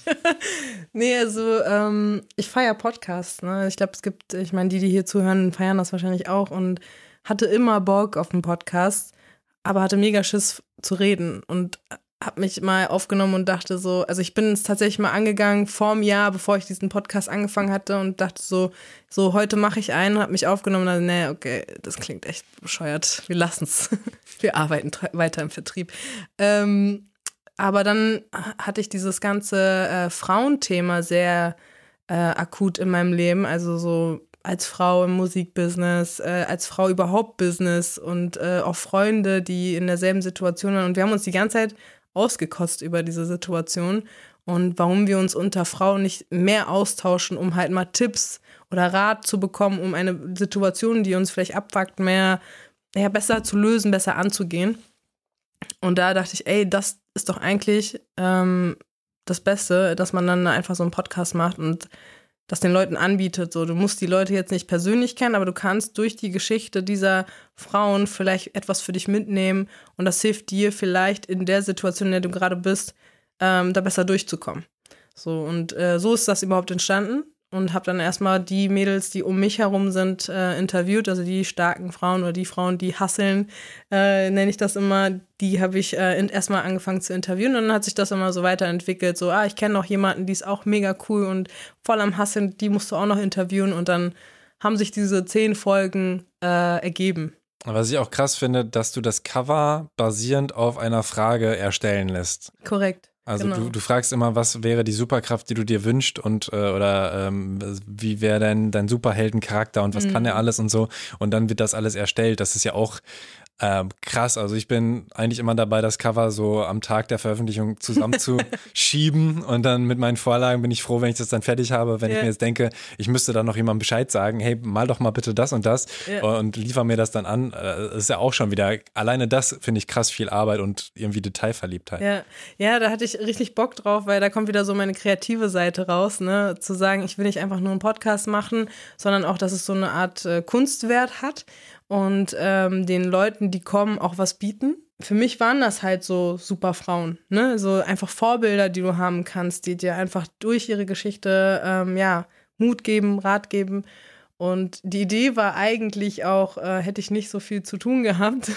Nee, also ich feiere Podcasts. Ne? Ich glaube, ich meine, die hier zuhören, feiern das wahrscheinlich auch und hatte immer Bock auf einen Podcast, aber hatte mega Schiss zu reden und habe mich mal aufgenommen und dachte so, also ich bin es tatsächlich mal angegangen vorm Jahr, bevor ich diesen Podcast angefangen hatte und dachte so heute mache ich einen, habe mich aufgenommen und dachte, nee, okay, das klingt echt bescheuert, wir lassen es, wir arbeiten weiter im Vertrieb. Aber dann hatte ich dieses ganze Frauenthema sehr akut in meinem Leben, also so als Frau im Musikbusiness, als Frau überhaupt Business und auch Freunde, die in derselben Situation waren und wir haben uns die ganze Zeit ausgekotzt über diese Situation und warum wir uns unter Frauen nicht mehr austauschen, um halt mal Tipps oder Rat zu bekommen, um eine Situation, die uns vielleicht abfuckt, besser zu lösen, besser anzugehen. Und da dachte ich, ey, das ist doch eigentlich das Beste, dass man dann einfach so einen Podcast macht und das den Leuten anbietet. So, du musst die Leute jetzt nicht persönlich kennen, aber du kannst durch die Geschichte dieser Frauen vielleicht etwas für dich mitnehmen und das hilft dir vielleicht in der Situation, in der du gerade bist, da besser durchzukommen. So, und so ist das überhaupt entstanden und habe dann erstmal die Mädels, die um mich herum sind, interviewt, also die starken Frauen oder die Frauen, die hustlen, nenne ich das immer, die habe ich erstmal angefangen zu interviewen und dann hat sich das immer so weiterentwickelt, so, ich kenne noch jemanden, die ist auch mega cool und voll am Hustlen, die musst du auch noch interviewen und dann haben sich diese 10 Folgen ergeben. Was ich auch krass finde, dass du das Cover basierend auf einer Frage erstellen lässt. Korrekt. Also Genau. du fragst immer, was wäre die Superkraft, die du dir wünschst und wie wäre dein Superheldencharakter und was kann er alles und so. Und dann wird das alles erstellt. Das ist ja auch krass. Also ich bin eigentlich immer dabei, das Cover so am Tag der Veröffentlichung zusammenzuschieben und dann mit meinen Vorlagen bin ich froh, wenn ich das dann fertig habe. Wenn ich mir jetzt denke, ich müsste dann noch jemandem Bescheid sagen, hey, mal doch mal bitte das und das und liefer mir das dann an. Das ist ja auch schon wieder, alleine das finde ich krass viel Arbeit und irgendwie Detailverliebtheit. Ja, da hatte ich richtig Bock drauf, weil da kommt wieder so meine kreative Seite raus, ne? Zu sagen, ich will nicht einfach nur einen Podcast machen, sondern auch, dass es so eine Art Kunstwert hat und den Leuten, die kommen, auch was bieten. Für mich waren das halt so super Frauen, ne? So einfach Vorbilder, die du haben kannst, die dir einfach durch ihre Geschichte Mut geben, Rat geben. Und die Idee war eigentlich auch, hätte ich nicht so viel zu tun gehabt,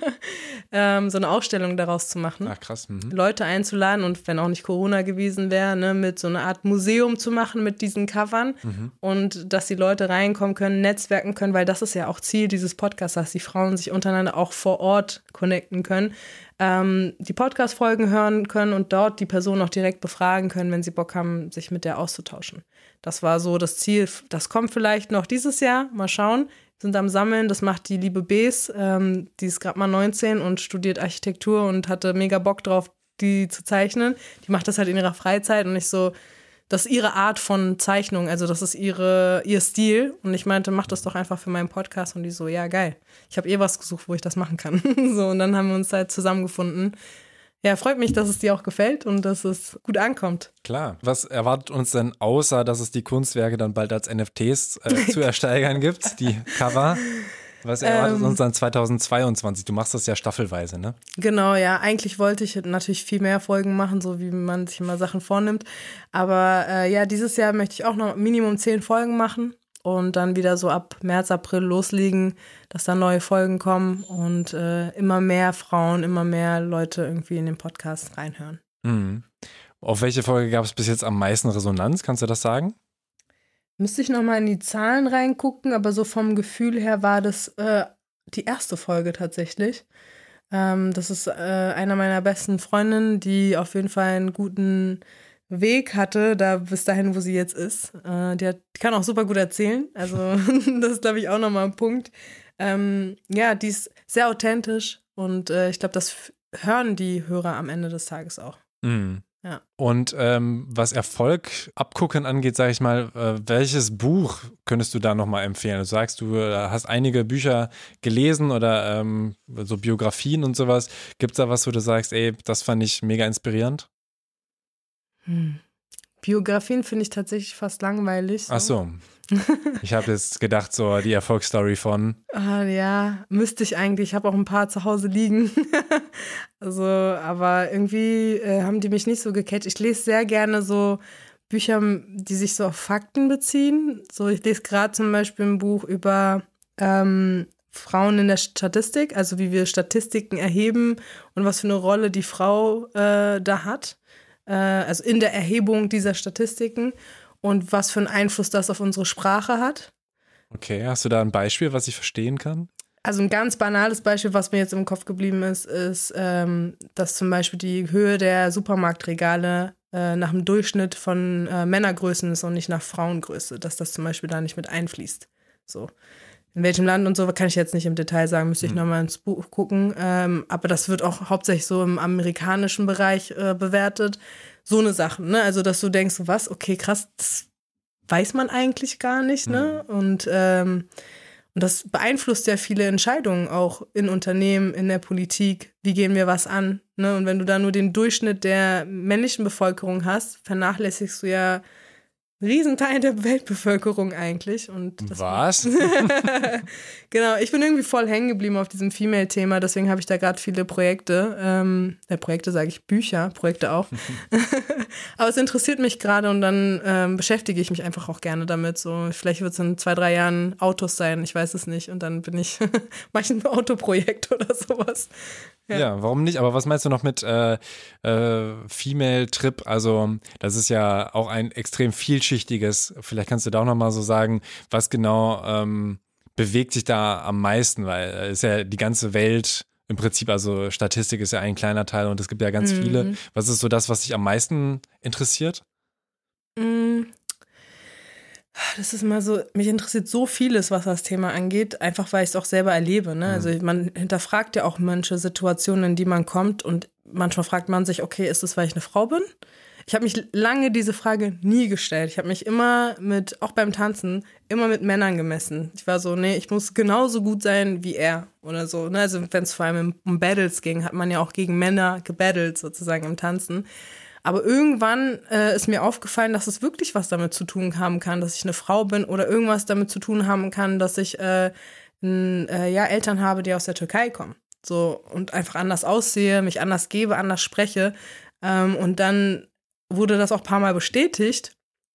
so eine Ausstellung daraus zu machen. Ach krass. Leute einzuladen und wenn auch nicht Corona gewesen wäre, ne, mit so einer Art Museum zu machen mit diesen Covern und dass die Leute reinkommen können, netzwerken können, weil das ist ja auch Ziel dieses Podcasts, dass die Frauen sich untereinander auch vor Ort connecten können, die Podcast-Folgen hören können und dort die Person auch direkt befragen können, wenn sie Bock haben, sich mit der auszutauschen. Das war so das Ziel. Das kommt vielleicht noch dieses Jahr. Mal schauen. Sind am Sammeln. Das macht die liebe Bes. Die ist gerade mal 19 und studiert Architektur und hatte mega Bock drauf, die zu zeichnen. Die macht das halt in ihrer Freizeit und nicht so, das ist ihre Art von Zeichnung. Also das ist ihr Stil. Und ich meinte, mach das doch einfach für meinen Podcast. Und die so, ja, geil. Ich habe was gesucht, wo ich das machen kann. So, und dann haben wir uns halt zusammengefunden. Ja, freut mich, dass es dir auch gefällt und dass es gut ankommt. Klar. Was erwartet uns denn, außer dass es die Kunstwerke dann bald als NFTs zu ersteigern gibt, die Cover? Was erwartet uns dann 2022? Du machst das ja staffelweise, ne? Genau, ja. Eigentlich wollte ich natürlich viel mehr Folgen machen, so wie man sich immer Sachen vornimmt. Aber dieses Jahr möchte ich auch noch Minimum 10 Folgen machen. Und dann wieder so ab März, April loslegen, dass da neue Folgen kommen und immer mehr Frauen, immer mehr Leute irgendwie in den Podcast reinhören. Mhm. Auf welche Folge gab es bis jetzt am meisten Resonanz? Kannst du das sagen? Müsste ich nochmal in die Zahlen reingucken, aber so vom Gefühl her war das die erste Folge tatsächlich. Das ist einer meiner besten Freundinnen, die auf jeden Fall einen guten Weg hatte, da bis dahin, wo sie jetzt ist. Die kann auch super gut erzählen. Also das ist, glaube ich, auch nochmal ein Punkt. Die ist sehr authentisch und ich glaube, das hören die Hörer am Ende des Tages auch. Mhm. Ja. Und was Erfolg abgucken angeht, sage ich mal, welches Buch könntest du da nochmal empfehlen? Du sagst, du hast einige Bücher gelesen oder so Biografien und sowas. Gibt es da was, wo du sagst, ey, das fand ich mega inspirierend? Biografien finde ich tatsächlich fast langweilig. So. Ach so. Ich habe jetzt gedacht, so die Erfolgsstory von. Ja, müsste ich eigentlich. Ich habe auch ein paar zu Hause liegen. Also, aber irgendwie haben die mich nicht so gecatcht. Ich lese sehr gerne so Bücher, die sich so auf Fakten beziehen. So, ich lese gerade zum Beispiel ein Buch über Frauen in der Statistik, also wie wir Statistiken erheben und was für eine Rolle die Frau da hat. Also in der Erhebung dieser Statistiken und was für einen Einfluss das auf unsere Sprache hat. Okay, hast du da ein Beispiel, was ich verstehen kann? Also ein ganz banales Beispiel, was mir jetzt im Kopf geblieben ist, dass zum Beispiel die Höhe der Supermarktregale nach dem Durchschnitt von Männergrößen ist und nicht nach Frauengröße, dass das zum Beispiel da nicht mit einfließt. So. In welchem Land und so kann ich jetzt nicht im Detail sagen, müsste ich nochmal ins Buch gucken. Aber das wird auch hauptsächlich so im amerikanischen Bereich bewertet. So eine Sache, ne? Also, dass du denkst, was, okay, krass, das weiß man eigentlich gar nicht, ne? Und das beeinflusst ja viele Entscheidungen auch in Unternehmen, in der Politik. Wie gehen wir was an, ne? Und wenn du da nur den Durchschnitt der männlichen Bevölkerung hast, vernachlässigst du ja einen Riesenteil der Weltbevölkerung eigentlich. Und was? Genau, ich bin irgendwie voll hängen geblieben auf diesem Female-Thema, deswegen habe ich da gerade viele Projekte. Projekte sage ich, Bücher, Projekte auch. Aber es interessiert mich gerade und dann beschäftige ich mich einfach auch gerne damit. So, vielleicht wird es in 2-3 Jahren Autos sein, ich weiß es nicht. Und dann bin ich mache ich ein Autoprojekt oder sowas. Ja, warum nicht? Aber was meinst du noch mit Female Trip? Also das ist ja auch ein extrem vielschichtiges, vielleicht kannst du da auch nochmal so sagen, was genau bewegt dich da am meisten, weil ist ja die ganze Welt im Prinzip, also Statistik ist ja ein kleiner Teil und es gibt ja ganz viele. Was ist so das, was dich am meisten interessiert? Das ist mal so, mich interessiert so vieles, was das Thema angeht, einfach weil ich es auch selber erlebe. Ne? Also man hinterfragt ja auch manche Situationen, in die man kommt und manchmal fragt man sich, okay, ist es, weil ich eine Frau bin? Ich habe mich lange diese Frage nie gestellt. Ich habe mich immer auch beim Tanzen, immer mit Männern gemessen. Ich war so, nee, ich muss genauso gut sein wie er oder so. Ne? Also wenn es vor allem um Battles ging, hat man ja auch gegen Männer gebattelt sozusagen im Tanzen. Aber irgendwann ist mir aufgefallen, dass es wirklich was damit zu tun haben kann, dass ich eine Frau bin oder irgendwas damit zu tun haben kann, dass ich Eltern habe, die aus der Türkei kommen. So, und einfach anders aussehe, mich anders gebe, anders spreche. Und dann wurde das auch ein paar Mal bestätigt.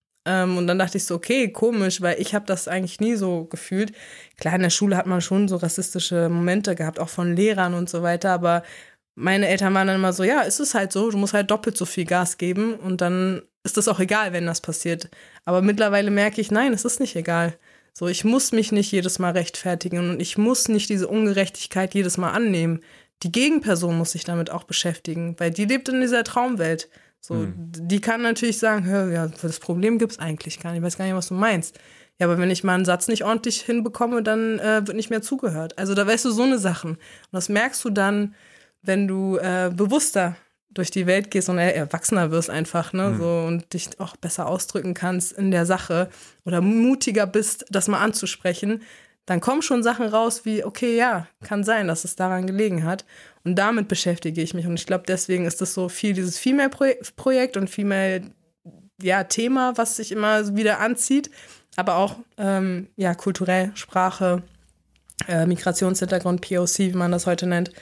Und dann dachte ich so, okay, komisch, weil ich habe das eigentlich nie so gefühlt. Klar, in der Schule hat man schon so rassistische Momente gehabt, auch von Lehrern und so weiter, aber meine Eltern waren dann immer so, ja, es ist halt so, du musst halt doppelt so viel Gas geben und dann ist das auch egal, wenn das passiert. Aber mittlerweile merke ich, nein, es ist nicht egal. So, ich muss mich nicht jedes Mal rechtfertigen und ich muss nicht diese Ungerechtigkeit jedes Mal annehmen. Die Gegenperson muss sich damit auch beschäftigen, weil die lebt in dieser Traumwelt. So, die kann natürlich sagen, hör, ja, das Problem gibt's eigentlich gar nicht, ich weiß gar nicht, was du meinst. Ja, aber wenn ich mal einen Satz nicht ordentlich hinbekomme, dann wird nicht mehr zugehört. Also da weißt du so eine Sachen. Und das merkst du dann, wenn du bewusster durch die Welt gehst und erwachsener wirst einfach, ne, so, und dich auch besser ausdrücken kannst in der Sache oder mutiger bist, das mal anzusprechen, dann kommen schon Sachen raus wie, okay, ja, kann sein, dass es daran gelegen hat. Und damit beschäftige ich mich. Und ich glaube, deswegen ist das so viel dieses Female-Projekt und Female-Thema, was sich immer wieder anzieht. Aber auch kulturell, Sprache, Migrationshintergrund, POC, wie man das heute nennt.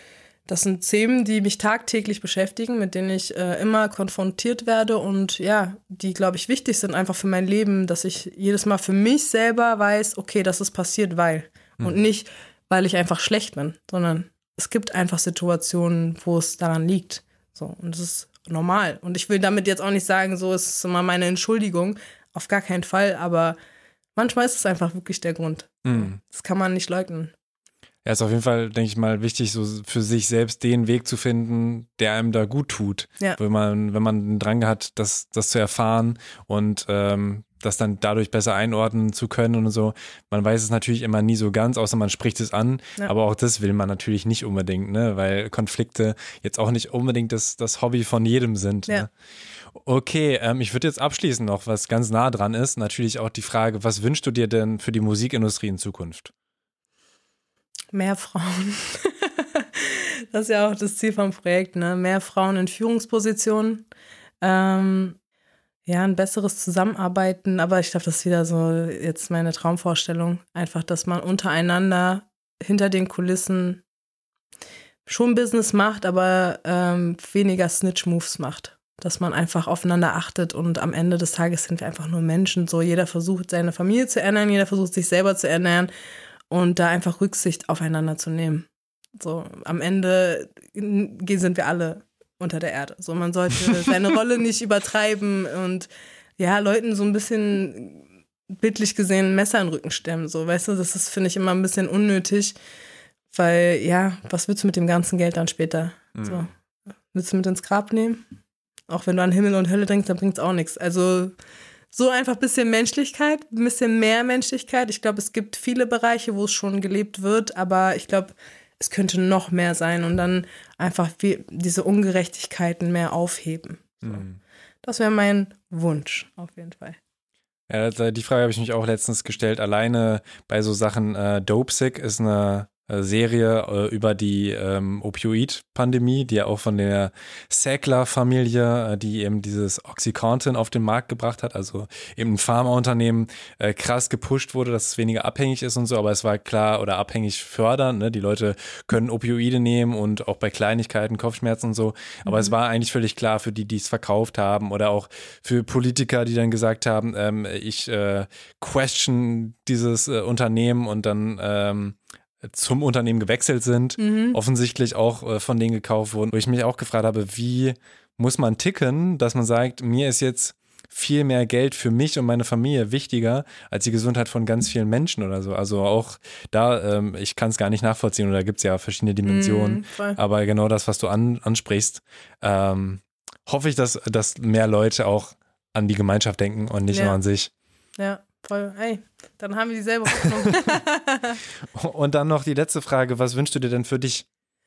Das sind Themen, die mich tagtäglich beschäftigen, mit denen ich immer konfrontiert werde und ja, die, glaube ich, wichtig sind einfach für mein Leben, dass ich jedes Mal für mich selber weiß, okay, das ist passiert, weil. Und nicht, weil ich einfach schlecht bin, sondern es gibt einfach Situationen, wo es daran liegt. So, und das ist normal. Und ich will damit jetzt auch nicht sagen, so ist es immer meine Entschuldigung, auf gar keinen Fall, aber manchmal ist es einfach wirklich der Grund. Das kann man nicht leugnen. Ja, ist auf jeden Fall, denke ich mal, wichtig, so für sich selbst den Weg zu finden, der einem da gut tut. Ja. Wenn man den Drang hat, das zu erfahren und das dann dadurch besser einordnen zu können und so. Man weiß es natürlich immer nie so ganz, außer man spricht es an. Ja. Aber auch das will man natürlich nicht unbedingt, ne? Weil Konflikte jetzt auch nicht unbedingt das Hobby von jedem sind. Ja. Ne? Okay, ich würde jetzt abschließen noch, was ganz nah dran ist. Natürlich auch die Frage, was wünschst du dir denn für die Musikindustrie in Zukunft? Mehr Frauen. Das ist ja auch das Ziel vom Projekt, ne? Mehr Frauen in Führungspositionen. Ein besseres Zusammenarbeiten. Aber ich glaube, das ist wieder so jetzt meine Traumvorstellung. Einfach, dass man untereinander hinter den Kulissen schon Business macht, aber weniger Snitch-Moves macht. Dass man einfach aufeinander achtet und am Ende des Tages sind wir einfach nur Menschen. So, jeder versucht, seine Familie zu ernähren, jeder versucht, sich selber zu ernähren. Und da einfach Rücksicht aufeinander zu nehmen. So, am Ende sind wir alle unter der Erde. So, man sollte seine Rolle nicht übertreiben und ja, Leuten so ein bisschen bildlich gesehen ein Messer in den Rücken stemmen. So, weißt du, das ist, finde ich, immer ein bisschen unnötig, weil, ja, was willst du mit dem ganzen Geld dann später? So, willst du mit ins Grab nehmen? Auch wenn du an Himmel und Hölle denkst, dann bringt es auch nichts. Also so einfach ein bisschen Menschlichkeit, ein bisschen mehr Menschlichkeit. Ich glaube, es gibt viele Bereiche, wo es schon gelebt wird, aber ich glaube, es könnte noch mehr sein und dann einfach diese Ungerechtigkeiten mehr aufheben. So. Das wäre mein Wunsch, auf jeden Fall. Ja, die Frage habe ich mich auch letztens gestellt. Alleine bei so Sachen, Dopesick ist eine Serie über die Opioid-Pandemie, die ja auch von der Sackler-Familie, die eben dieses Oxycontin auf den Markt gebracht hat, also eben ein Pharmaunternehmen krass gepusht wurde, dass es weniger abhängig ist und so, aber es war klar oder abhängig fördern, ne? Die Leute können Opioide nehmen und auch bei Kleinigkeiten, Kopfschmerzen und so, aber es war eigentlich völlig klar für die es verkauft haben oder auch für Politiker, die dann gesagt haben, ich question dieses Unternehmen und dann zum Unternehmen gewechselt sind, offensichtlich auch von denen gekauft wurden, wo ich mich auch gefragt habe, wie muss man ticken, dass man sagt, mir ist jetzt viel mehr Geld für mich und meine Familie wichtiger als die Gesundheit von ganz vielen Menschen oder so. Also auch da, ich kann es gar nicht nachvollziehen, oder da gibt es ja verschiedene Dimensionen. Aber genau das, was du ansprichst, hoffe ich, dass mehr Leute auch an die Gemeinschaft denken und nicht nur an sich. Ja, voll. Hey, dann haben wir dieselbe Hoffnung. Und dann noch die letzte Frage, was wünschst du dir denn für dich?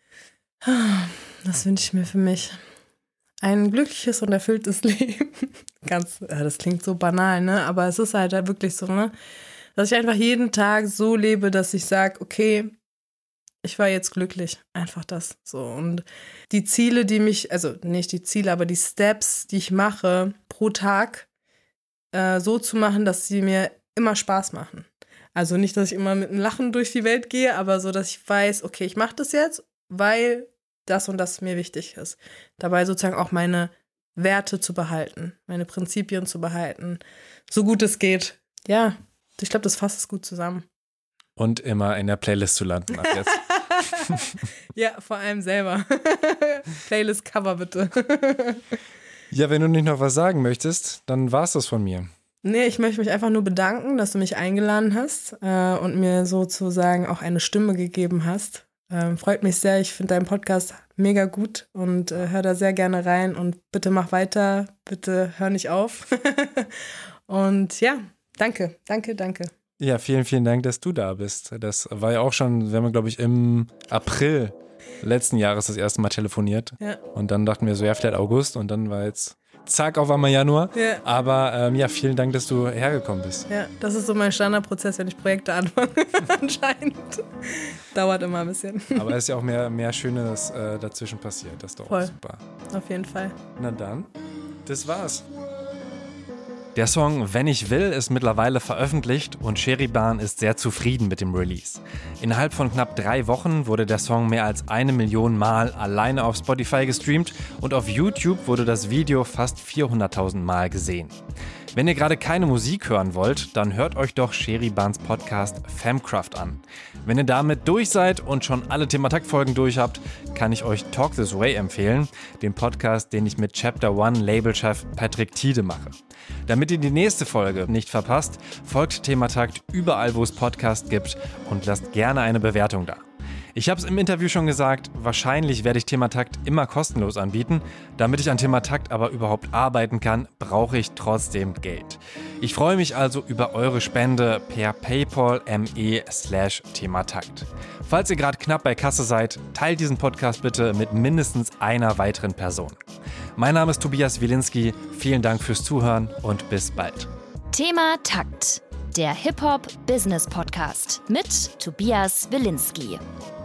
Das wünsche ich mir für mich. Ein glückliches und erfülltes Leben. Das klingt so banal, ne? Aber es ist halt wirklich so, ne? Dass ich einfach jeden Tag so lebe, dass ich sage, okay, ich war jetzt glücklich. Einfach das. So. Und die Ziele, also nicht die Ziele, aber die Steps, die ich mache pro Tag, so zu machen, dass sie mir immer Spaß machen. Also nicht, dass ich immer mit einem Lachen durch die Welt gehe, aber so, dass ich weiß, okay, ich mache das jetzt, weil das und das mir wichtig ist. Dabei sozusagen auch meine Werte zu behalten, meine Prinzipien zu behalten, so gut es geht. Ja, ich glaube, das fasst es gut zusammen. Und immer in der Playlist zu landen ab jetzt. Ja, vor allem selber. Playlist-Cover bitte. Ja, wenn du nicht noch was sagen möchtest, dann war's das von mir. Nee, ich möchte mich einfach nur bedanken, dass du mich eingeladen hast und mir sozusagen auch eine Stimme gegeben hast. Freut mich sehr, ich finde deinen Podcast mega gut und hör da sehr gerne rein und bitte mach weiter, bitte hör nicht auf. Und ja, danke. Ja, vielen, vielen Dank, dass du da bist. Das war ja auch schon, wir haben, glaube ich, im April letzten Jahres das erste Mal telefoniert. Ja. Und dann dachten wir so, ja, vielleicht August, und dann war jetzt zack auf einmal Januar. Ja. Aber ja, vielen Dank, dass du hergekommen bist. Ja, das ist so mein Standardprozess, wenn ich Projekte anfange. Anscheinend. Dauert immer ein bisschen. Aber es ist ja auch mehr Schönes dazwischen passiert. Das ist doch voll. Super. Auf jeden Fall. Na dann, das war's. Der Song Wenn ich will ist mittlerweile veröffentlicht und Sheriban ist sehr zufrieden mit dem Release. Innerhalb von knapp 3 Wochen wurde der Song mehr als 1 Million Mal alleine auf Spotify gestreamt und auf YouTube wurde das Video fast 400.000 Mal gesehen. Wenn ihr gerade keine Musik hören wollt, dann hört euch doch Sheribans Podcast Femcraft an. Wenn ihr damit durch seid und schon alle Thematakt-Folgen durch habt, kann ich euch Talk This Way empfehlen, den Podcast, den ich mit Chapter One Labelchef Patrick Tiede mache. Damit ihr die nächste Folge nicht verpasst, folgt Thematakt überall, wo es Podcasts gibt, und lasst gerne eine Bewertung da. Ich habe es im Interview schon gesagt, wahrscheinlich werde ich Thematakt immer kostenlos anbieten. Damit ich an Thematakt aber überhaupt arbeiten kann, brauche ich trotzdem Geld. Ich freue mich also über eure Spende per PayPal.me/Thematakt. Falls ihr gerade knapp bei Kasse seid, teilt diesen Podcast bitte mit mindestens einer weiteren Person. Mein Name ist Tobias Wilinski, vielen Dank fürs Zuhören und bis bald. Thematakt, der Hip-Hop-Business-Podcast mit Tobias Wilinski.